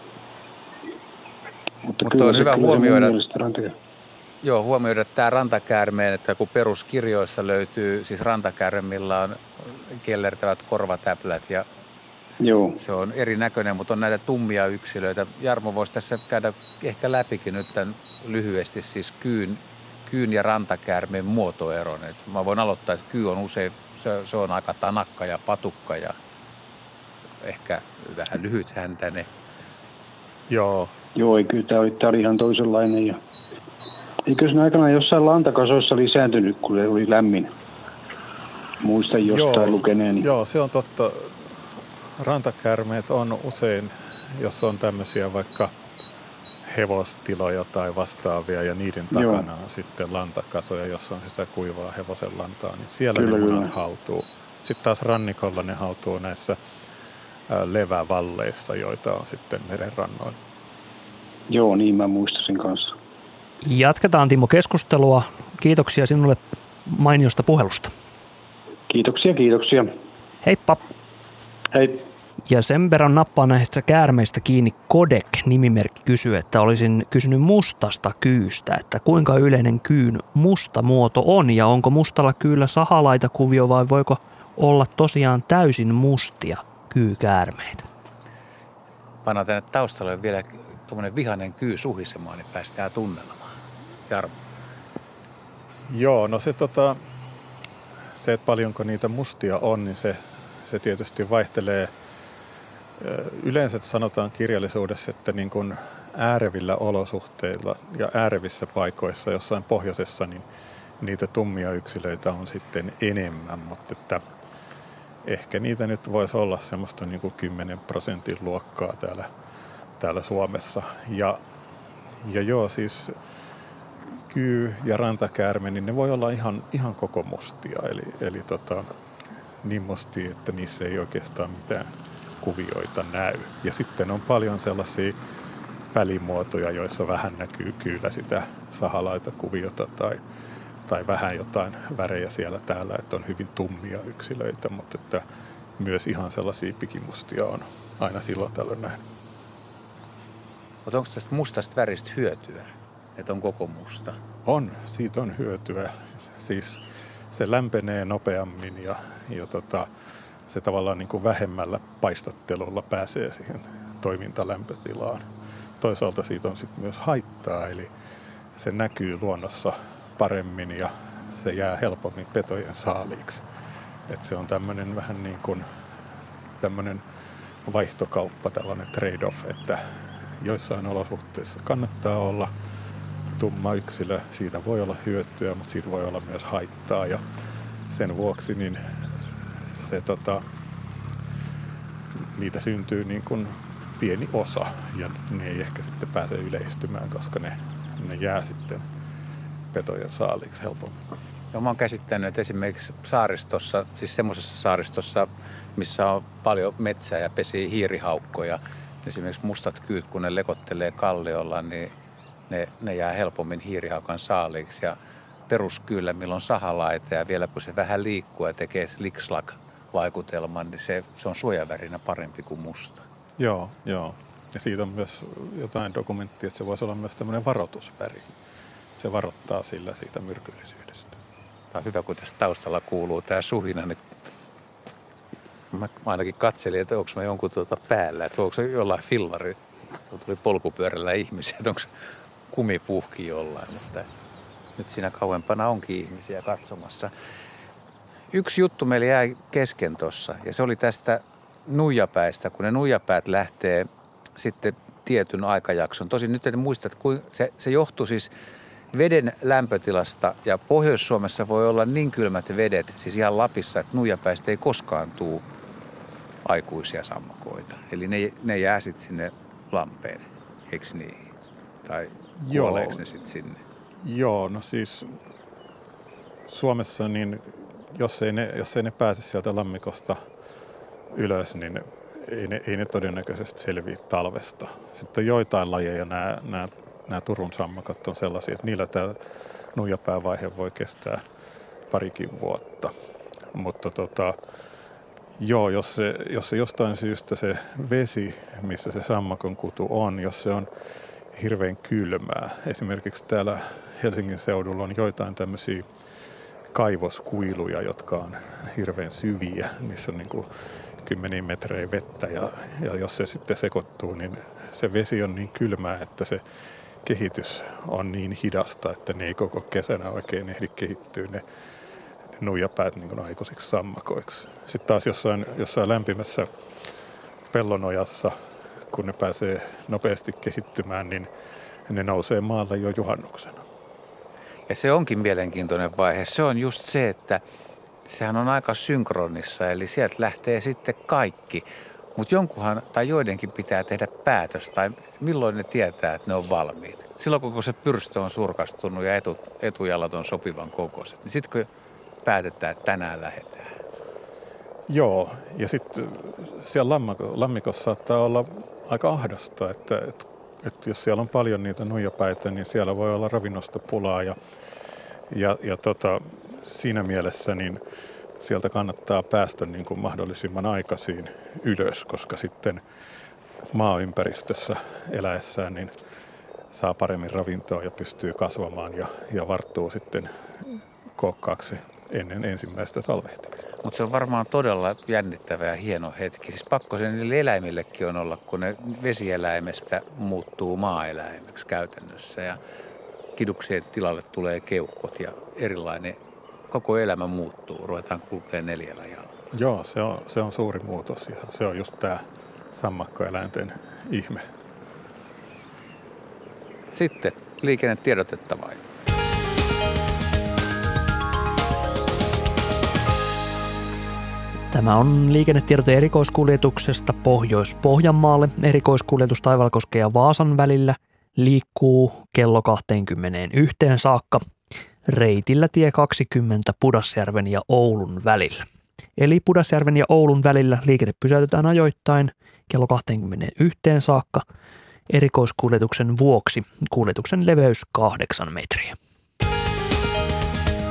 Mutta on hyvä huomioida tämä rantakäärmeen, että kun peruskirjoissa löytyy siis rantakäärme, millä on kellertävät korvatäplät ja se on erinäköinen, mutta on näitä tummia yksilöitä. Jarmo voisi tässä käydä ehkä läpikin nyt tämän lyhyesti siis kyyn ja rantakäärmeen muotoeron. Mä voin aloittaa, että kyy on usein, se on aika tanakka ja patukka ja ehkä vähän lyhythäntäinen. Joo, kyllä tämä oli ihan toisenlainen. Ja eikö sen aikana jossain lantakasoissa lisääntynyt, kun se oli lämmin? Muistan jostain lukeneeni. Joo, se on totta. Rantakäärmeet on usein, jos on tämmöisiä vaikka hevostiloja tai vastaavia ja niiden takana on sitten lantakasoja, jossa on sitä kuivaa hevosen lantaa, niin siellä ne munat hautuu. Sitten taas rannikolla ne hautuu näissä levävalleissa, joita on sitten merenrannoilla. Joo, niin mä muistasin kanssa. Jatketaan Timo keskustelua. Kiitoksia sinulle mainiosta puhelusta. Kiitoksia. Heippa. Hei. Ja sen verran nappaa näistä käärmeistä kiinni Kodek-nimimerkki kysyy, että olisin kysynyt mustasta kyystä, että kuinka yleinen kyyn musta muoto on ja onko mustalla kyyllä sahalaitakuvio vai voiko olla tosiaan täysin mustia kyykäärmeitä? Pannaan tänne taustalle vielä tuommoinen vihainen kyy suhisemaan, niin päästään tunnelmaan. Jarmo. Joo, no se, että paljonko niitä mustia on, niin se tietysti vaihtelee. Yleensä sanotaan kirjallisuudessa, että niin kuin äärevillä olosuhteilla ja äärevissä paikoissa jossain pohjoisessa, niin niitä tummia yksilöitä on sitten enemmän, mutta että ehkä niitä nyt voisi olla semmoista niin kuin 10% luokkaa täällä Suomessa. Ja joo, siis kyy ja rantakäärme, niin ne voi olla ihan koko mustia, eli niin mustia, että niissä ei oikeastaan mitään kuvioita näy. Ja sitten on paljon sellaisia välimuotoja, joissa vähän näkyy kyllä sitä sahalaitakuviota tai vähän jotain värejä siellä täällä, että on hyvin tummia yksilöitä, mutta että myös ihan sellaisia pikimustia on aina silloin tällöin nähnyt. Mutta onko tästä mustasta väristä hyötyä, että on koko musta? On, siitä on hyötyä. Siis se lämpenee nopeammin ja se tavallaan niin kuin vähemmällä paistattelulla pääsee siihen toimintalämpötilaan. Toisaalta siitä on sitten myös haittaa, eli se näkyy luonnossa paremmin ja se jää helpommin petojen saaliiksi. Et se on tämmöinen vähän niin kuin tämmöinen vaihtokauppa, tällainen trade-off, että joissain olosuhteissa kannattaa olla tumma yksilö, siitä voi olla hyötyä, mutta siitä voi olla myös haittaa ja sen vuoksi niin se, niitä syntyy niin kuin pieni osa ja ne ei ehkä sitten pääse yleistymään, koska ne jää sitten petojen saaliiksi helpommin. No, mä oon käsittänyt, että esimerkiksi saaristossa, siis semmoisessa saaristossa, missä on paljon metsää ja pesii hiirihaukkoja, esimerkiksi mustat kyyt, kun ne lekottelee kalliolla, niin ne jää helpommin hiirihaukan saaliiksi. Ja peruskyllä, milloin sahalaita ja vielä kun se vähän liikkuu ja tekee slick-slack-vaikutelman, niin se on suojavärinä parempi kuin musta. Joo. Ja siitä on myös jotain dokumenttia, että se voisi olla myös tämmöinen varoitusväri. Se varoittaa sillä siitä myrkyllisyydestä. Tämä on hyvä, kun tässä taustalla kuuluu tämä suhina. Niin mä ainakin katselin, että onko mä jonkun päällä, että onko se jollain fillari, kun tuli polkupyörällä ihmisiä, että onko kumipuhki jollain. Mutta nyt siinä kauempana onkin ihmisiä katsomassa. Yksi juttu meillä jäi kesken tuossa, ja se oli tästä nuijapäistä, kun ne nuijapäät lähtee sitten tietyn aikajakson. Tosin nyt en muista, että se johtuu siis veden lämpötilasta, ja Pohjois-Suomessa voi olla niin kylmät vedet, siis ihan Lapissa, että nuijapäistä ei koskaan tule aikuisia sammakoita. Eli ne jää sitten sinne lampeen, eikö niin? Tai kuoleeko ne sitten sinne? Joo, no siis Suomessa, niin jos ei ne pääse sieltä lammikosta ylös, niin ei ne todennäköisesti selviä talvesta. Sitten on joitain lajeja, nämä Turun sammakot on sellaisia, että niillä tämä nuijapäävaihe voi kestää parikin vuotta. Mutta jos se jostain syystä se vesi, missä se sammakon kutu on, jos se on hirveän kylmää. Esimerkiksi täällä Helsingin seudulla on joitain tämmöisiä kaivoskuiluja, jotka on hirveän syviä, missä on niin kuin 10 metriä vettä ja jos se sitten sekoittuu, niin se vesi on niin kylmää, että se kehitys on niin hidasta, että ne ei koko kesänä oikein ehdi kehittyä ne nuijapäät niin kuin aikuisiksi sammakoiksi. Sitten taas jossain lämpimässä pellonojassa, kun ne pääsee nopeasti kehittymään, niin ne nousee maalle jo juhannuksena. Ja se onkin mielenkiintoinen vaihe. Se on just se, että sehän on aika synkronissa, eli sieltä lähtee sitten kaikki. Mutta jonkunhan tai joidenkin pitää tehdä päätös, tai milloin ne tietää, että ne on valmiit. Silloin kun se pyrstö on surkastunut ja etujalat on sopivan kokoiset, niin sitten kun päätetään, että tänään lähdetään. Joo, ja sitten siellä lammikossa saattaa olla aika ahdasta, että jos siellä on paljon niitä nuijapäitä, niin siellä voi olla ravinnosta pulaa ja siinä mielessä niin sieltä kannattaa päästä niin kuin mahdollisimman aikaisin ylös, koska sitten maaympäristössä eläessään niin saa paremmin ravintoa ja pystyy kasvamaan ja varttuu sitten kookkaaksi ennen ensimmäistä talvehtimista. Mutta se on varmaan todella jännittävä ja hieno hetki. Siis pakko se niille eläimillekin on olla, kun ne vesieläimestä muuttuu maaeläimeksi käytännössä. Ja kiduksien tilalle tulee keuhkot ja erilainen koko elämä muuttuu. Ruvetaan kulkemaan 4 jalalla. Joo, se on suuri muutos ja se on just tämä sammakkoeläinten ihme. Sitten liikennetiedotetta vai? Tämä on liikennetiedote erikoiskuljetuksesta Pohjois-Pohjanmaalle. Erikoiskuljetus Taivalkosken ja Vaasan välillä liikkuu kello 21 saakka reitillä tie 20 Pudasjärven ja Oulun välillä. Eli Pudasjärven ja Oulun välillä liikenne pysäytetään ajoittain kello 21 saakka. Erikoiskuljetuksen vuoksi kuljetuksen leveys 8 metriä.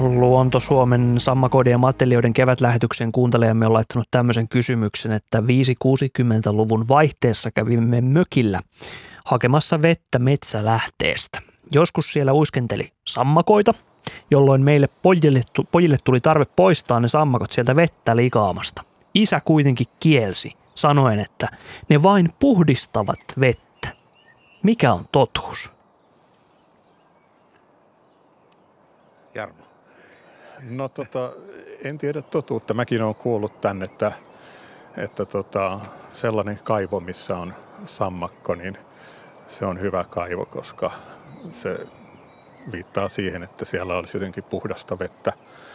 Luonto-Suomen sammakoiden ja matelioiden kevätlähetyksen kuuntelijamme on laittanut tämmöisen kysymyksen, että 5-60-luvun vaihteessa kävimme mökillä hakemassa vettä metsälähteestä. Joskus siellä uiskenteli sammakoita, jolloin meille pojille tuli tarve poistaa ne sammakot sieltä vettä likaamasta. Isä kuitenkin kielsi, sanoen, että ne vain puhdistavat vettä. Mikä on totuus? Jarmo. No en tiedä totuutta. Mäkin olen kuullut tän, että sellainen kaivo, missä on sammakko, niin se on hyvä kaivo, koska se viittaa siihen, että siellä olisi jotenkin puhdasta vettä.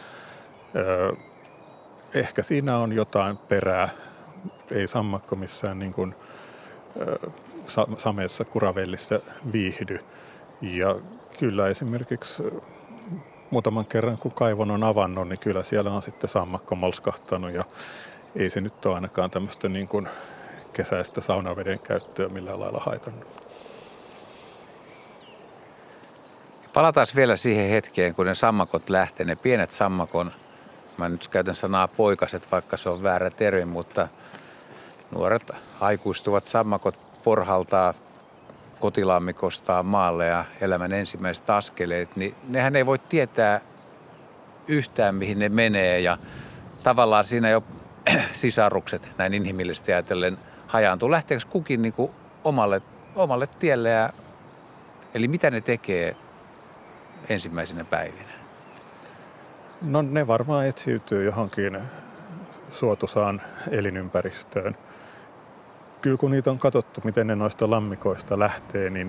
Ehkä siinä on jotain perää. Ei sammakko missään niin kuin sameessa kuravellissä viihdy. Ja kyllä esimerkiksi muutaman kerran, kun kaivon on avannut, niin kyllä siellä on sitten sammakko molskahtanut ja ei se nyt ole ainakaan tämmöistä niin kuin kesäistä saunaveden käyttöä millään lailla haitannut. Palataan vielä siihen hetkeen, kun ne sammakot lähtee, ne pienet sammakon, mä nyt käytän sanaa poikaset, vaikka se on väärä termi, mutta nuoret aikuistuvat sammakot porhaltaa kotilammikostaan maalle ja elämän ensimmäiset askeleet, niin nehän ei voi tietää yhtään, mihin ne menee ja tavallaan siinä jo sisarukset näin inhimillisesti ajatellen hajaantuu. Lähteekö kukin niin kuin omalle tielle eli mitä ne tekee ensimmäisenä päivinä? No ne varmaan etsiytyy johonkin suotuisaan elinympäristöön. Kyllä kun niitä on katsottu, miten ne noista lammikoista lähtee, niin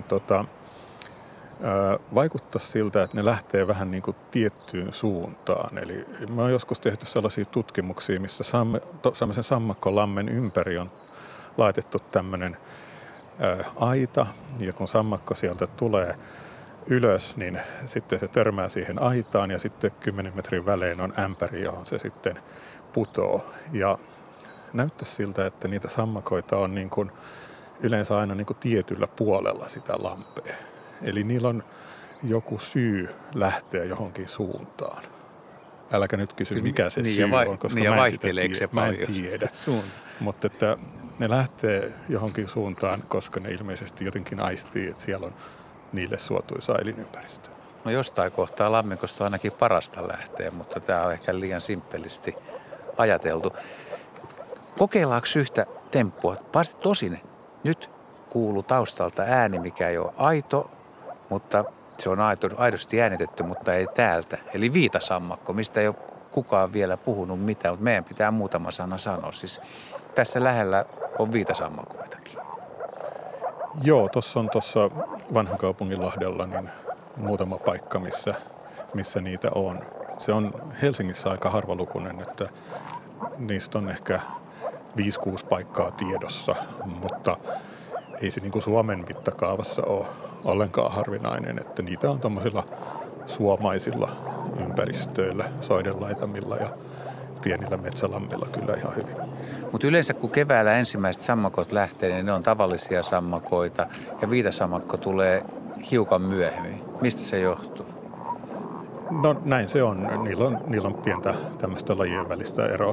vaikuttaa siltä, että ne lähtee vähän niin kuin tiettyyn suuntaan. Eli mä oon joskus tehty sellaisia tutkimuksia, missä sellaisen sammakkolammen ympäri on laitettu tämmöinen aita, ja kun sammakko sieltä tulee ylös, niin sitten se törmää siihen aitaan ja sitten 10 metrin välein on ämpäri, johon se sitten putoo. Ja näyttäisi siltä, että niitä sammakoita on niin kuin yleensä aina niin kuin tietyllä puolella sitä lampea. Eli niillä on joku syy lähteä johonkin suuntaan. Äläkä nyt kysy, mikä se syy on, koska mä en tiedä. Mutta että ne lähtee johonkin suuntaan, koska ne ilmeisesti jotenkin aistii, että siellä on niille suotuisa elinympäristö. No jostain kohtaa lammikosta ainakin parasta lähtee, mutta tämä on ehkä liian simppelisti ajateltu. Kokeillaanko yhtä temppua? Varsin tosin nyt kuuluu taustalta ääni, mikä ei ole aito, mutta se on aidosti äänitetty, mutta ei täältä. Eli viitasammakko, mistä ei ole kukaan vielä puhunut mitään, mutta meidän pitää muutama sana sanoa. Siis tässä lähellä on viitasammakoitakin. Joo, tuossa Vanhankaupunginlahdella niin muutama paikka, missä niitä on. Se on Helsingissä aika harvalukuinen, että niistä on ehkä 5-6 paikkaa tiedossa, mutta ei se niin kuin Suomen mittakaavassa ole ollenkaan harvinainen, että niitä on tuommoisilla suomaisilla ympäristöillä, soidenlaitamilla ja pienillä metsälammilla kyllä ihan hyvin. Mutta yleensä kun keväällä ensimmäiset sammakot lähtee, niin ne on tavallisia sammakoita ja viitasammakko tulee hiukan myöhemmin. Mistä se johtuu? No näin se on. Niillä on pientä tämmöistä lajien välistä eroa.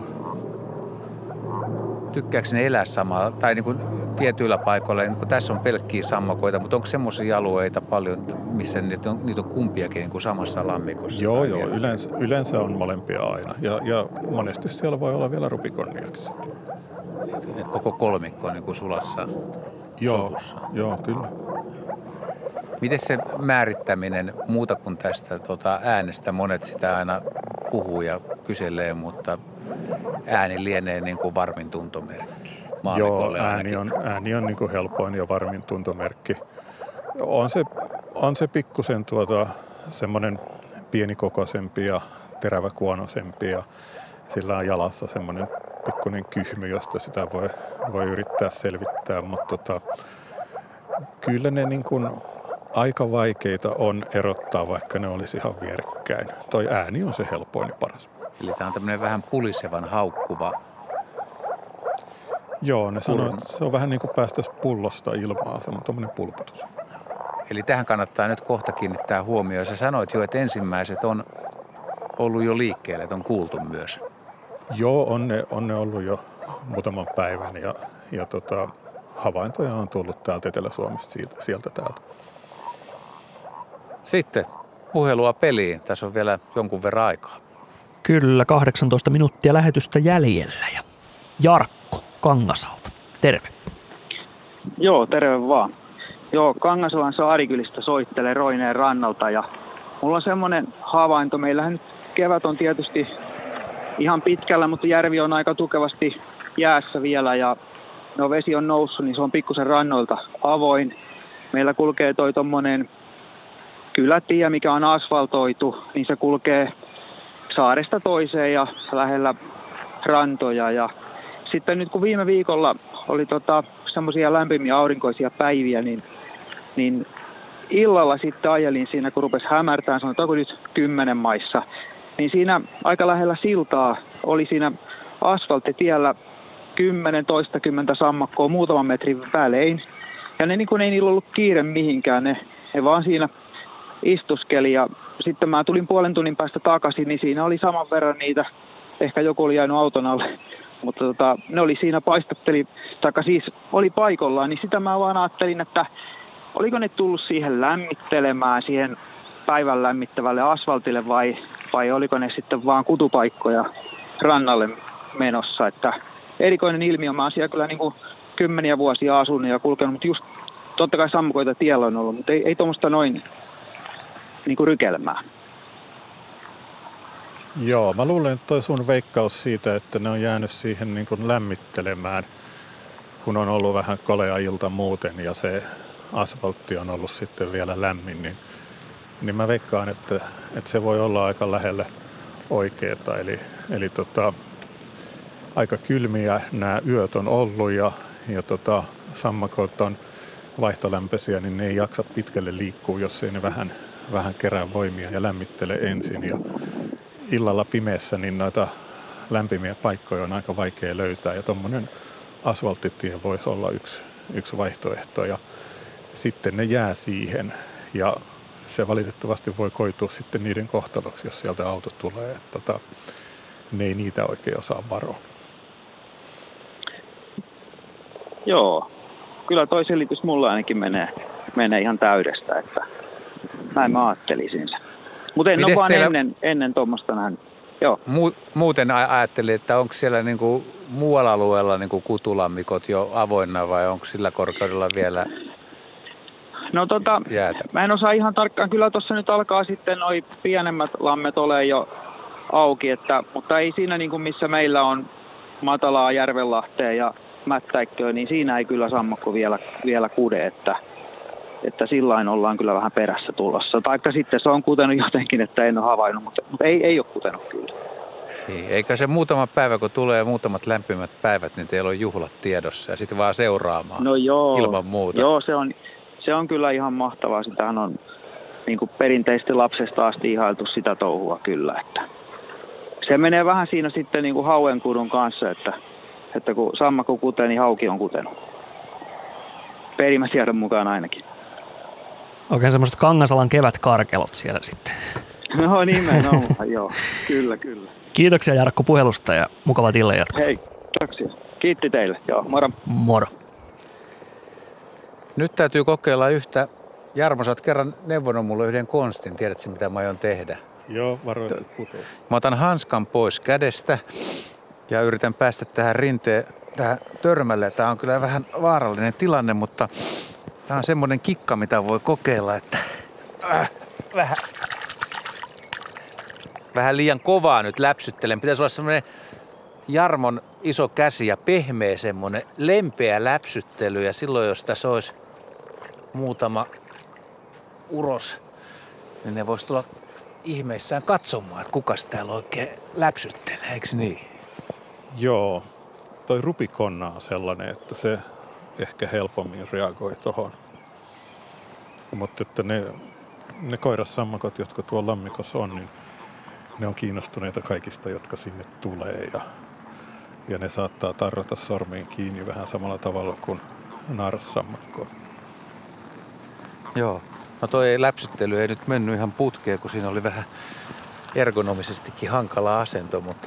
Tykkääkö ne elää samalla, tai niin kuin tietyillä paikoilla, niin kuin tässä on pelkkiä sammakoita, mutta onko semmoisia alueita paljon, missä niitä on kumpiakin niin kuin samassa lammikossa? Joo, yleensä on molempia aina, ja monesti siellä voi olla vielä rupikonniaksi. Et koko kolmikko on niin kuin sulassa sovussa? Joo, kyllä. Miten se määrittäminen muuta kuin tästä äänestä, monet sitä aina puhuu ja kyselee, mutta ääni lienee niin kuin varmin tuntomerkki. Joo, ääni on niin kuin helpoin ja varmin tuntomerkki. On se pikkusen semmoinen pienikokoisempi ja teräväkuonoisempi ja sillä on jalassa semmoinen pikkuinen kyhmy, josta sitä voi yrittää selvittää, mutta kyllä ne niin kuin aika vaikeita on erottaa, vaikka ne olisi ihan vierekkäin. Toi ääni on se helpoin ja paras. Eli tämä on tämmöinen vähän pulisevan haukkuva. Joo, ne sanoo, että se on vähän niin kuin päästäisi pullosta ilmaa, se on tommoinen pulputus. Eli tähän kannattaa nyt kohta kiinnittää huomioon. Sä sanoit jo, että ensimmäiset on ollut jo liikkeelle, että on kuultu myös? Joo, on ne ollut jo muutaman päivän ja havaintoja on tullut täältä Etelä-Suomesta sieltä täältä. Sitten puhelua peliin. Tässä on vielä jonkun verran aikaa. Kyllä, 18 minuuttia lähetystä jäljellä. Ja Jarkko Kangasalta, terve. Joo, terve vaan. Joo, Kangasalan Saarikylistä soittelee Roineen rannalta ja mulla on semmoinen havainto. Meillähän nyt kevät on tietysti ihan pitkällä, mutta järvi on aika tukevasti jäässä vielä ja vesi on noussut, niin se on pikkusen rannoilta avoin. Meillä kulkee toi tommonen kylätie, mikä on asfaltoitu, niin se kulkee saaresta toiseen ja lähellä rantoja. Ja sitten nyt kun viime viikolla oli semmoisia lämpimiä aurinkoisia päiviä, niin illalla sitten ajelin siinä, kun rupesi hämärtään, sanotaanko nyt 10 maissa, niin siinä aika lähellä siltaa oli siinä asfalttitiellä 10-20 sammakkoa muutaman metrin välein. Ja ne ei niillä ollut kiire mihinkään, ne vaan siinä istuskeli ja sitten mä tulin puolen tunnin päästä takaisin, niin siinä oli saman verran niitä, ehkä joku oli jäänyt auton alle, mutta ne oli siinä oli paikallaan, niin sitä mä vaan ajattelin, että oliko ne tullut siihen lämmittelemään, siihen päivän lämmittävälle asfaltille vai oliko ne sitten vaan kutupaikkoja rannalle menossa, että erikoinen ilmiö, mä oon siellä kyllä niin kuin 10 vuosia asunut ja kulkenut, mutta just totta kai sammakoita tiellä on ollut, mutta ei tuommoista noin niin kuin rykelmää. Joo, mä luulen, että toi sun veikkaus siitä, että ne on jäänyt siihen niin kuin lämmittelemään, kun on ollut vähän kolea ilta muuten ja se asfaltti on ollut sitten vielä lämmin, niin mä veikkaan, että se voi olla aika lähellä oikeeta. Eli aika kylmiä nämä yöt on ollut ja sammakot on vaihtolämpöisiä, niin ne ei jaksa pitkälle liikkua, jos ei ne vähän kerää voimia ja lämmittele ensin. Ja illalla pimeässä niin noita lämpimiä paikkoja on aika vaikea löytää ja tuommoinen asfalttitie voisi olla yksi vaihtoehto ja sitten ne jää siihen ja se valitettavasti voi koitua sitten niiden kohtaloksi, jos sieltä auto tulee, että ne ei niitä oikein osaa varoa. Joo, kyllä toi selitys mulla ainakin menee ihan täydestä, että näin mä ajattelisin sen. Mutta en ole vaan ennen tuommoista nähnyt. Joo. Muuten ajattelin, että onko siellä niinku muualla alueella niinku kutulammikot jo avoinna vai onko sillä korkeudella vielä jäätä? Mä en osaa ihan tarkkaan. Kyllä tuossa nyt alkaa sitten noi pienemmät lammet ole jo auki, mutta ei siinä niinku missä meillä on matalaa järvenlahtea ja mättäikköä, niin siinä ei kyllä sammakko vielä kude, että sillain ollaan kyllä vähän perässä tulossa. Taikka sitten se on kutenut jotenkin, että en ole havainnut, mutta ei ole kutenut kyllä. Eikä se muutama päivä, kun tulee muutamat lämpimät päivät, niin teillä on juhlat tiedossa ja sitten vaan seuraamaan ilman muuta. Joo, se on kyllä ihan mahtavaa. Sitähän on niin kuin perinteisesti lapsesta asti ihailtu sitä touhua kyllä. Että se menee vähän siinä sitten niin kuin hauenkudun kanssa, että kun sammakko kutee, niin hauki on kutenut. Perimätiedon mukaan ainakin. Oikein semmoiset Kangasalan kevätkarkelot siellä sitten. No nimenomaan, joo. Kyllä. Kiitoksia Jarkko puhelusta ja mukavat illan jatkoa. Hei, kiitoksia. Kiitti teille. Joo, moro. Moro. Nyt täytyy kokeilla yhtä. Jarmo, sä oot kerran neuvonut mulle yhden konstin. Tiedätkö, mitä mä aion tehdä? Joo, varoitat putoa. Mä otan hanskan pois kädestä ja yritän päästä tähän törmälle. Tää on kyllä vähän vaarallinen tilanne, mutta tää on semmoinen kikka, mitä voi kokeilla, että vähän liian kovaa nyt läpsyttelen. Pitäisi olla semmoinen Jarmon iso käsi ja pehmeä semmoinen lempeä läpsyttely. Ja silloin, jos tässä olisi muutama uros, niin ne voisi tulla ihmeissään katsomaan, että kukas täällä oikein läpsyttelee, eikö niin? Joo, toi rupikonna on sellainen, että se ehkä helpommin reagoi tohon. Mutta että ne koirassammakot, jotka tuolla lammikossa on, niin ne on kiinnostuneita kaikista, jotka sinne tulee ja ne saattaa tarrata sormiin kiinni vähän samalla tavalla kuin naarassammakko. Joo. No toi läpsyttely ei nyt mennyt ihan putkeen, kun siinä oli vähän ergonomisestikin hankala asento, mutta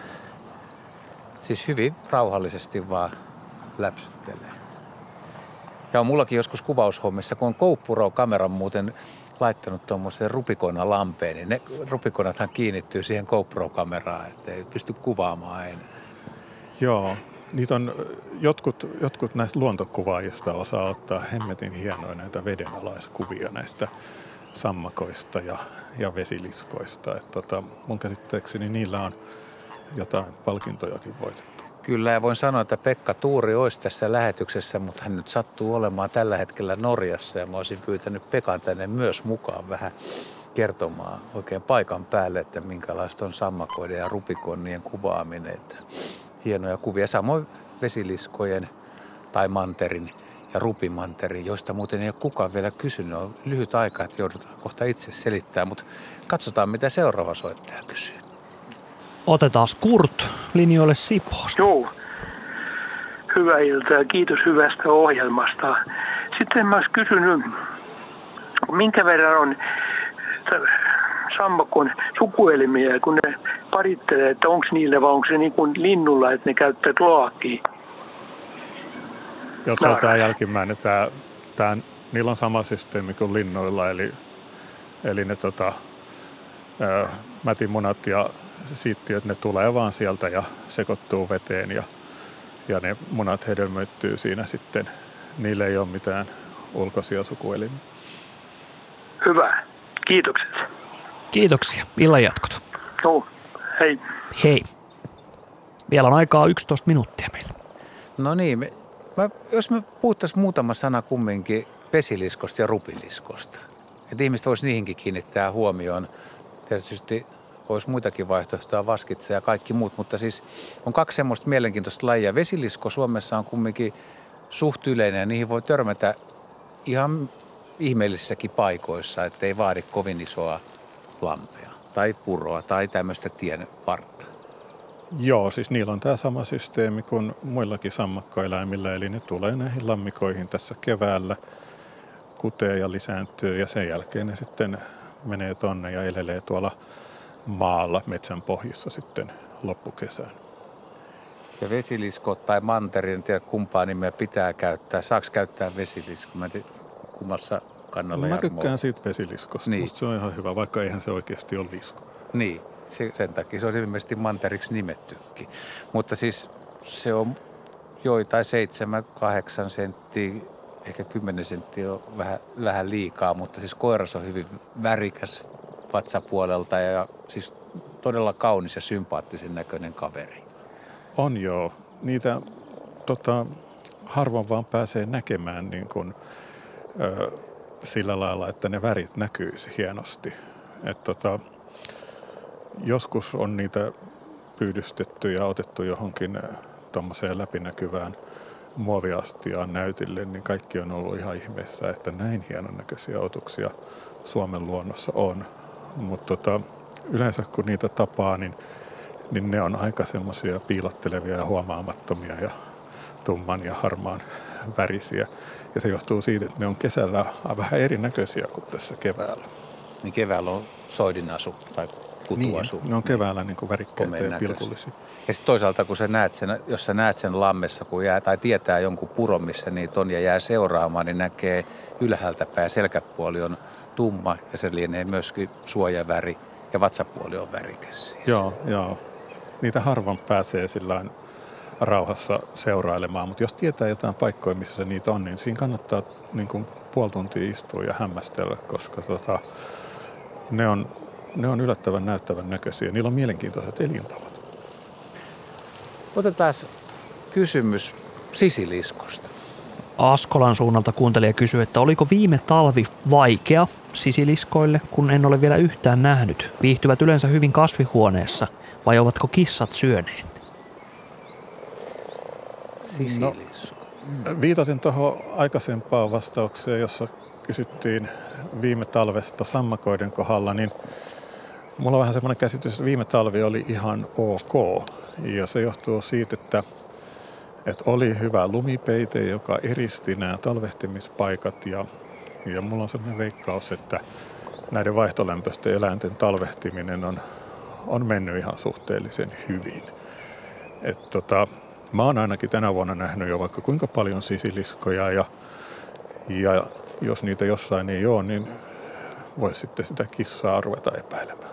siis hyvin rauhallisesti vaan läpsyttelee. Ja on mullakin joskus kuvaushommissa, kun on GoPro-kameran muuten laittanut tuommoiseen rupikoinalampeen, niin ne rupikonathan kiinnittyy siihen GoPro-kameraan, ettei pysty kuvaamaan enää. Joo, niitä on jotkut näistä luontokuvaajista osaa ottaa hemmetin hienoja näitä vedenalaiskuvia näistä sammakoista ja vesiliskoista. Mun käsitteekseni niillä on jotain palkintojakin voitettu. Kyllä, ja voin sanoa, että Pekka Tuuri olisi tässä lähetyksessä, mutta hän nyt sattuu olemaan tällä hetkellä Norjassa ja mä olisin pyytänyt Pekan tänne myös mukaan vähän kertomaan oikein paikan päälle, että minkälaista on sammakoiden ja rupikonnien kuvaaminen. Että hienoja kuvia, samoin vesiliskojen tai manterin ja rupimanterin, joista muuten ei ole kukaan vielä kysynyt. On lyhyt aika, että joudutaan kohta itse selittämään, mutta katsotaan mitä seuraava soittaja kysyy. Otetaan Kurt linjoille Sipoosta. Joo. Hyvää iltaa ja kiitos hyvästä ohjelmasta. Sitten mä olisin kysynyt, minkä verran on sammakon sukuelimiä, kun ne parittelee, että onko niille vai onko se niin kuin linnulla, että ne käyttää kloakkia? Jos on tämä jälkimmäinen, niillä on sama systeemi kuin linnuilla, eli ne mätimunat ja siittiöt, ne tulee vaan sieltä ja sekoittuu veteen ja ne munat hedelmöittyy siinä sitten. Niillä ei ole mitään ulkoisia sukuelimiä. Hyvä. Kiitokset. Kiitoksia. Illan jatkot. Joo. Hei. Hei. Vielä on aikaa 11 minuuttia meillä. No niin, jos me puhuttaisiin muutama sana kumminkin vesiliskosta ja rupiliskosta. Että ihmiset voisi niihinkin kiinnittää huomioon. Tietysti olisi muitakin vaihtoehtoja, vaskitse ja kaikki muut, mutta siis on kaksi semmoista mielenkiintoista lajia. Vesilisko Suomessa on kumminkin suht yleinen ja niihin voi törmätä ihan ihmeellisissäkin paikoissa, ettei vaadi kovin isoa lampea tai puroa tai tämmöistä tien vartta. Joo, siis niillä on tämä sama systeemi kuin muillakin sammakkoeläimillä, eli ne tulee näihin lammikoihin tässä keväällä, kutee ja lisääntyy ja sen jälkeen ne sitten menee tonne ja elelee tuolla maalla metsän pohjissa sitten loppukesään. Ja vesilisko tai manteri, en tiedä kumpaa nimeä pitää käyttää. Saako käyttää vesilisko? Mä en tiedä kummassa kannalla Mä tykkään siitä vesiliskosta. Niin. Musta se on ihan hyvä, vaikka eihän se oikeasti ole lisko. Niin, sen takia se on ilmeisesti manteriksi nimettykin. Mutta siis se on joitain 7-8 senttiä, ehkä 10 senttiä on vähän liikaa, mutta siis koiras on hyvin värikäs vatsapuolelta ja siis todella kaunis ja sympaattisen näköinen kaveri. On joo. Niitä harvoin vaan pääsee näkemään niin kuin, sillä lailla, että ne värit näkyisi hienosti. Joskus on niitä pyydystetty ja otettu johonkin tuommoiseen läpinäkyvään muoviastiaan näytille, niin kaikki on ollut ihan ihmeessä, että näin hienon näköisiä otuksia Suomen luonnossa on. Mutta yleensä kun niitä tapaa, niin ne on aika semmoisia piilottelevia ja huomaamattomia ja tumman ja harmaan värisiä. Ja se johtuu siitä, että ne on kesällä vähän erinäköisiä kuin tässä keväällä. Niin keväällä on soidinasu tai kutuasu. Niin, ne on keväällä niin kuin värikkäitä ja pilkullisia. Ja sitten toisaalta, kun jos sä näet sen lammessa, kun tai tietää jonkun puron, missä niitä on ja jää seuraamaan, niin näkee ylhäältä päin selkäpuoli on tumma ja se lienee myöskin suojaväri ja vatsapuoli on värikäs. Siis. Joo. Niitä harvoin pääsee sillain rauhassa seurailemaan, mutta jos tietää jotain paikkoja, missä niitä on, niin siinä kannattaa niin kuin puoli tuntia istua ja hämmästellä, koska ne on yllättävän näyttävän näköisiä. Niillä on mielenkiintoiset elintavat. Otetaan kysymys sisiliskosta. Askolan suunnalta kuuntelija kysyy, että oliko viime talvi vaikea sisiliskoille, kun en ole vielä yhtään nähnyt. Viihtyvät yleensä hyvin kasvihuoneessa vai ovatko kissat syöneet? Sisilisko. Viitasin tuohon aikaisempaan vastaukseen, jossa kysyttiin viime talvesta sammakoiden kohdalla, niin mulla on vähän semmoinen käsitys, että viime talvi oli ihan ok. Ja se johtuu siitä, että oli hyvä lumipeite, joka eristi nämä talvehtimispaikat. Ja mulla on sellainen veikkaus, että näiden vaihtolämpöisten eläinten talvehtiminen on mennyt ihan suhteellisen hyvin. Mä oon ainakin tänä vuonna nähnyt jo vaikka kuinka paljon sisiliskoja ja jos niitä jossain ei ole, niin voisi sitten sitä kissaa ruveta epäilemään.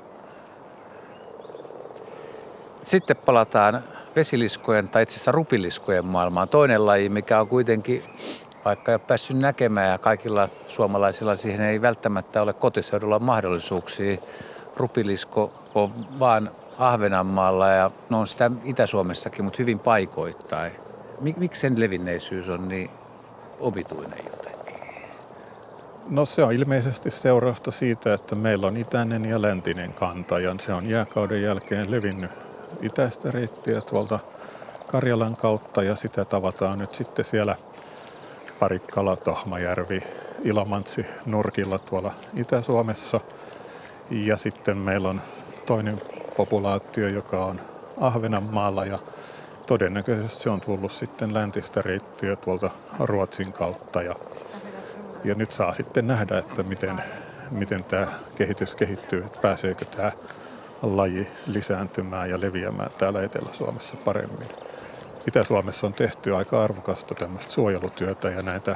Sitten palataan vesiliskojen tai itse asiassa rupiliskojen maailmaan. Toinen laji, mikä on kuitenkin, vaikka ei ole päässyt näkemään ja kaikilla suomalaisilla siihen ei välttämättä ole kotiseudulla mahdollisuuksia. Rupilisko on vaan Ahvenanmaalla ja on sitä Itä-Suomessakin, mutta hyvin paikoittain. Miksi sen levinneisyys on niin omituinen jotenkin? No se on ilmeisesti seurausta siitä, että meillä on itäinen ja läntinen kanta ja se on jääkauden jälkeen levinnyt itäistä reittiä tuolta Karjalan kautta ja sitä tavataan nyt sitten siellä Parikkala, Tohmajärvi, Ilomantsi nurkilla tuolla Itä-Suomessa. Ja sitten meillä on toinen populaatio, joka on Ahvenanmaalla ja todennäköisesti se on tullut sitten läntistä reittiä tuolta Ruotsin kautta. Ja nyt saa sitten nähdä, että miten tämä kehitys kehittyy, että pääseekö tämä laji lisääntymään ja leviämään täällä Etelä-Suomessa paremmin. Itä-Suomessa on tehty aika arvokasta tämmöistä suojelutyötä ja näitä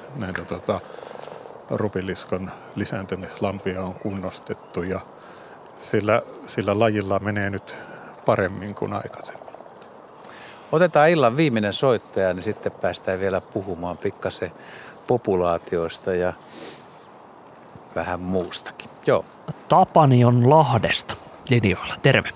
rupiliskon lisääntymislampia on kunnostettu ja sillä lajilla menee nyt paremmin kuin aikaisemmin. Otetaan illan viimeinen soittaja, niin sitten päästään vielä puhumaan pikkasen populaatioista ja vähän muustakin. Joo. Tapani on Lahdesta linjoilla. Terve.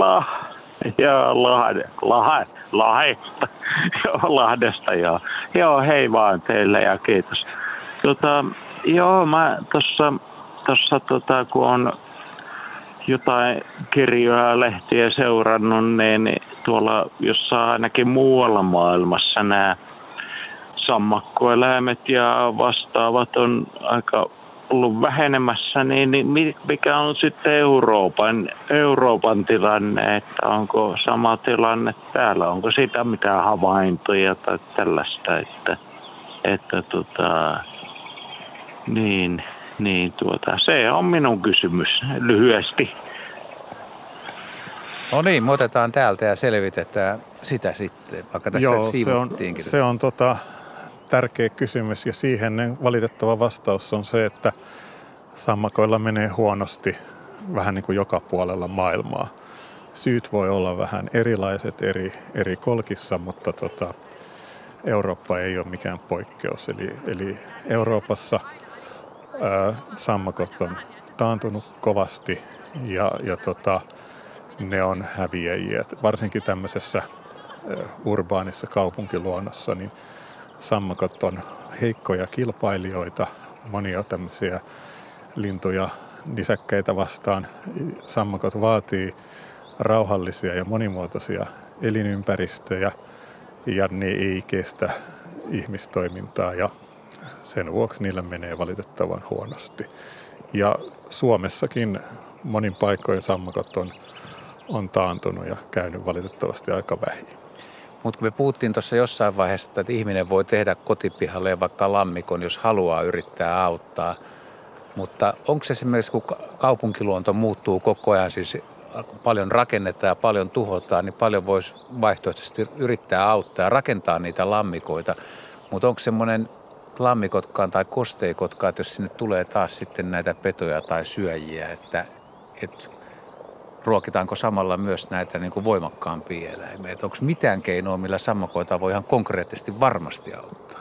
Lahdesta, joo. Joo, hei vaan teille ja kiitos. Joo, mä tossa kun on jotain kirjoja ja lehtiä seurannut, niin tuolla jossain ainakin muualla maailmassa nämä sammakkoeläimet ja vastaavat on aika ollut vähenemässä, niin mikä on sitten Euroopan tilanne, että onko sama tilanne täällä, onko sitä mitään havaintoja tai tällaista, se on minun kysymys lyhyesti. No niin, me otetaan täältä ja selvitetään sitä sitten, vaikka tässä siivottiinkin. Se on tärkeä kysymys ja siihen valitettava vastaus on se, että sammakoilla menee huonosti vähän niin kuin joka puolella maailmaa. Syyt voi olla vähän erilaiset eri kolkissa, mutta Eurooppa ei ole mikään poikkeus. Eli Euroopassa sammakot on taantunut kovasti ja ne on häviäjiä. Varsinkin tämmöisessä urbaanissa kaupunkiluonnossa, niin sammakot on heikkoja kilpailijoita, monia tämmöisiä lintuja, nisäkkäitä vastaan. Sammakot vaatii rauhallisia ja monimuotoisia elinympäristöjä ja ne ei kestä ihmistoimintaa ja sen vuoksi niillä menee valitettavan huonosti. Ja Suomessakin monin paikoin sammakot on taantunut ja käynyt valitettavasti aika vähin. Mutta kun me puhuttiin tuossa jossain vaiheessa, että ihminen voi tehdä kotipihalle vaikka lammikon, jos haluaa yrittää auttaa. Mutta onko se esimerkiksi, kun kaupunkiluonto muuttuu koko ajan, siis paljon rakennetaan ja paljon tuhotaan, niin paljon voisi vaihtoehtoisesti yrittää auttaa ja rakentaa niitä lammikoita. Mutta onko semmoinen lammikotkaan tai kosteikotkaan, että jos sinne tulee taas sitten näitä petoja tai syöjiä, että ruokitaanko samalla myös näitä niin kuin voimakkaampia eläimiä? Onko mitään keinoa, millä sammakoita voi ihan konkreettisesti varmasti auttaa?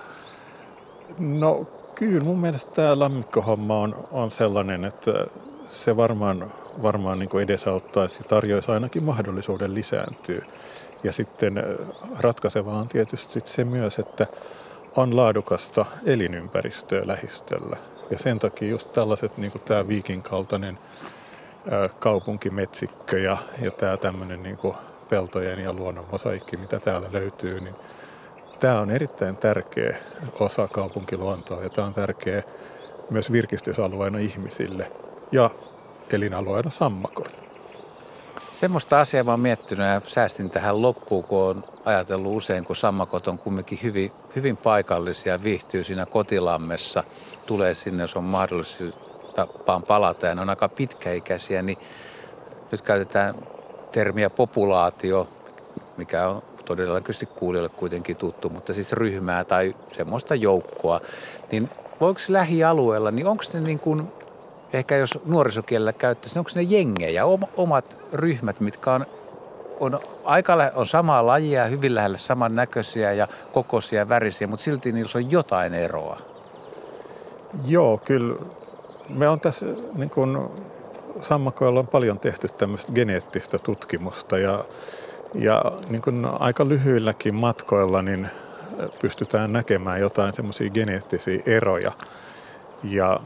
No kyllä mun mielestä tämä lammikkohomma on sellainen, että se varmaan niin kuin edesauttaisi ja tarjoaisi ainakin mahdollisuuden lisääntyä. Ja sitten ratkaisevaa on tietysti se myös, että on laadukasta elinympäristöä lähistöllä. Ja sen takia just tällaiset, niin kuin tämä Viikin kaltainen kaupunkimetsikkö ja tämä tämmöinen niin kuin peltojen ja luonnon mosaikki, mitä täällä löytyy, niin tämä on erittäin tärkeä osa kaupunkiluontoa ja tämä on tärkeä myös virkistysalueena ihmisille ja elinalueena sammakoille. Semmoista asiaa mä oon miettinyt ja säästin tähän loppuun, kun on ajatellut usein, kun sammakot on kumminkin hyvin paikallisia, viihtyy siinä kotilammessa, tulee sinne, jos on tapaan palata ja ne on aika pitkäikäisiä, niin nyt käytetään termiä populaatio, mikä on todennäköisesti kuulijoille kuitenkin tuttu, mutta siis ryhmää tai semmoista joukkoa. Niin voiko lähialueella, niin onko ne niin kuin, ehkä jos nuorisokielellä käyttäisiin, onko ne jengejä, omat ryhmät, mitkä on samaa lajia, hyvin lähellä samannäköisiä ja kokoisia ja värisiä, mutta silti niissä on jotain eroa? Joo, kyllä. Me on tässä niin kuin sammakoilla on paljon tehty tämmöistä geneettistä tutkimusta ja niin kuin aika lyhyilläkin matkoilla niin pystytään näkemään jotain semmoisia geneettisiä eroja. Ja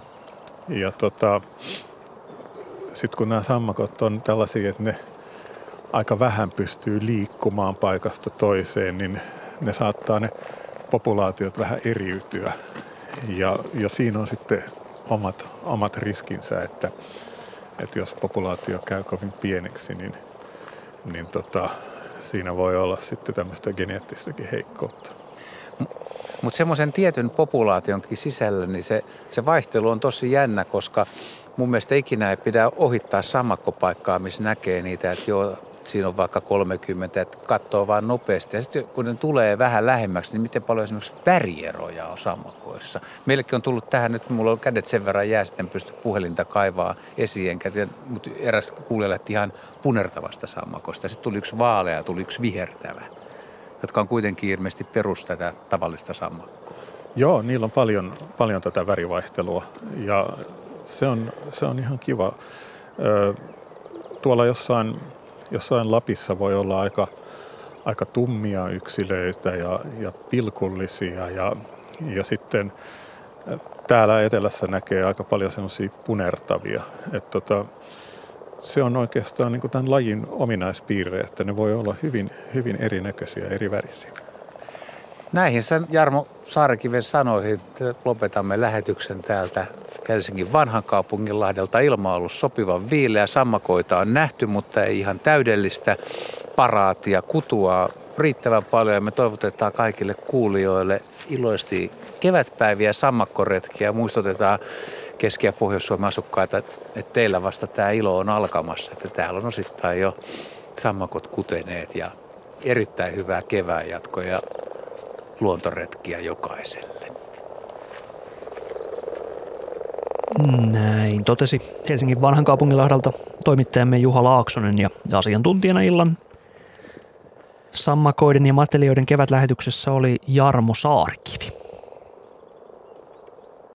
sitten kun nämä sammakot on tällaisia, että ne aika vähän pystyy liikkumaan paikasta toiseen, niin ne saattaa ne populaatiot vähän eriytyä. Ja siinä on sitten omat riskinsä, että jos populaatio käy kovin pieneksi, niin siinä voi olla sitten tämmöistä geneettistäkin heikkoutta. Mutta semmoisen tietyn populaationkin sisällä, niin se vaihtelu on tosi jännä, koska mun mielestä ikinä ei pidä ohittaa sammakkopaikkaa, missä näkee niitä, että joo, siinä on vaikka 30, että katsoo vaan nopeasti. Ja sitten kun ne tulee vähän lähemmäksi, niin miten paljon esimerkiksi värieroja on sammakoissa. Meillekin on tullut tähän, nyt mulla on kädet sen verran jää, sitten pysty puhelinta kaivaa esiin. Mutta eräs kuulija lähti ihan punertavasta sammakosta. Sitten tuli yksi vaalea ja tuli yksi vihertävä, jotka on kuitenkin ilmeisesti perus tätä tavallista sammakkoa. Joo, niillä on paljon tätä värivaihtelua ja se on ihan kiva. Tuolla jossain Lapissa voi olla aika tummia yksilöitä ja pilkullisia ja sitten täällä etelässä näkee aika paljon semmoisia punertavia. Se on oikeastaan niin kuin tämän lajin ominaispiirre, että ne voi olla hyvin, hyvin erinäköisiä, eri värisiä. Näihin Jarmo Saarikiven sanoihin lopetamme lähetyksen täältä Helsingin Vanhankaupunginlahdelta. Ilma on ollut sopivan viileä, sammakoita on nähty, mutta ei ihan täydellistä paraatia, kutua riittävän paljon ja me toivotetaan kaikille kuulijoille iloisesti kevätpäiviä, sammakkoretkiä ja muistutetaan Keski- ja Pohjois-Suomen asukkaita, että teillä vasta tämä ilo on alkamassa, että täällä on osittain jo sammakot kuteneet ja erittäin hyvää kevään jatkoa ja luontoretkiä jokaiselle. Näin totesi Helsingin Vanhankaupunginlahdalta toimittajamme Juha Laaksonen ja asiantuntijana illan sammakoiden ja matelioiden kevätlähetyksessä oli Jarmo Saarikivi.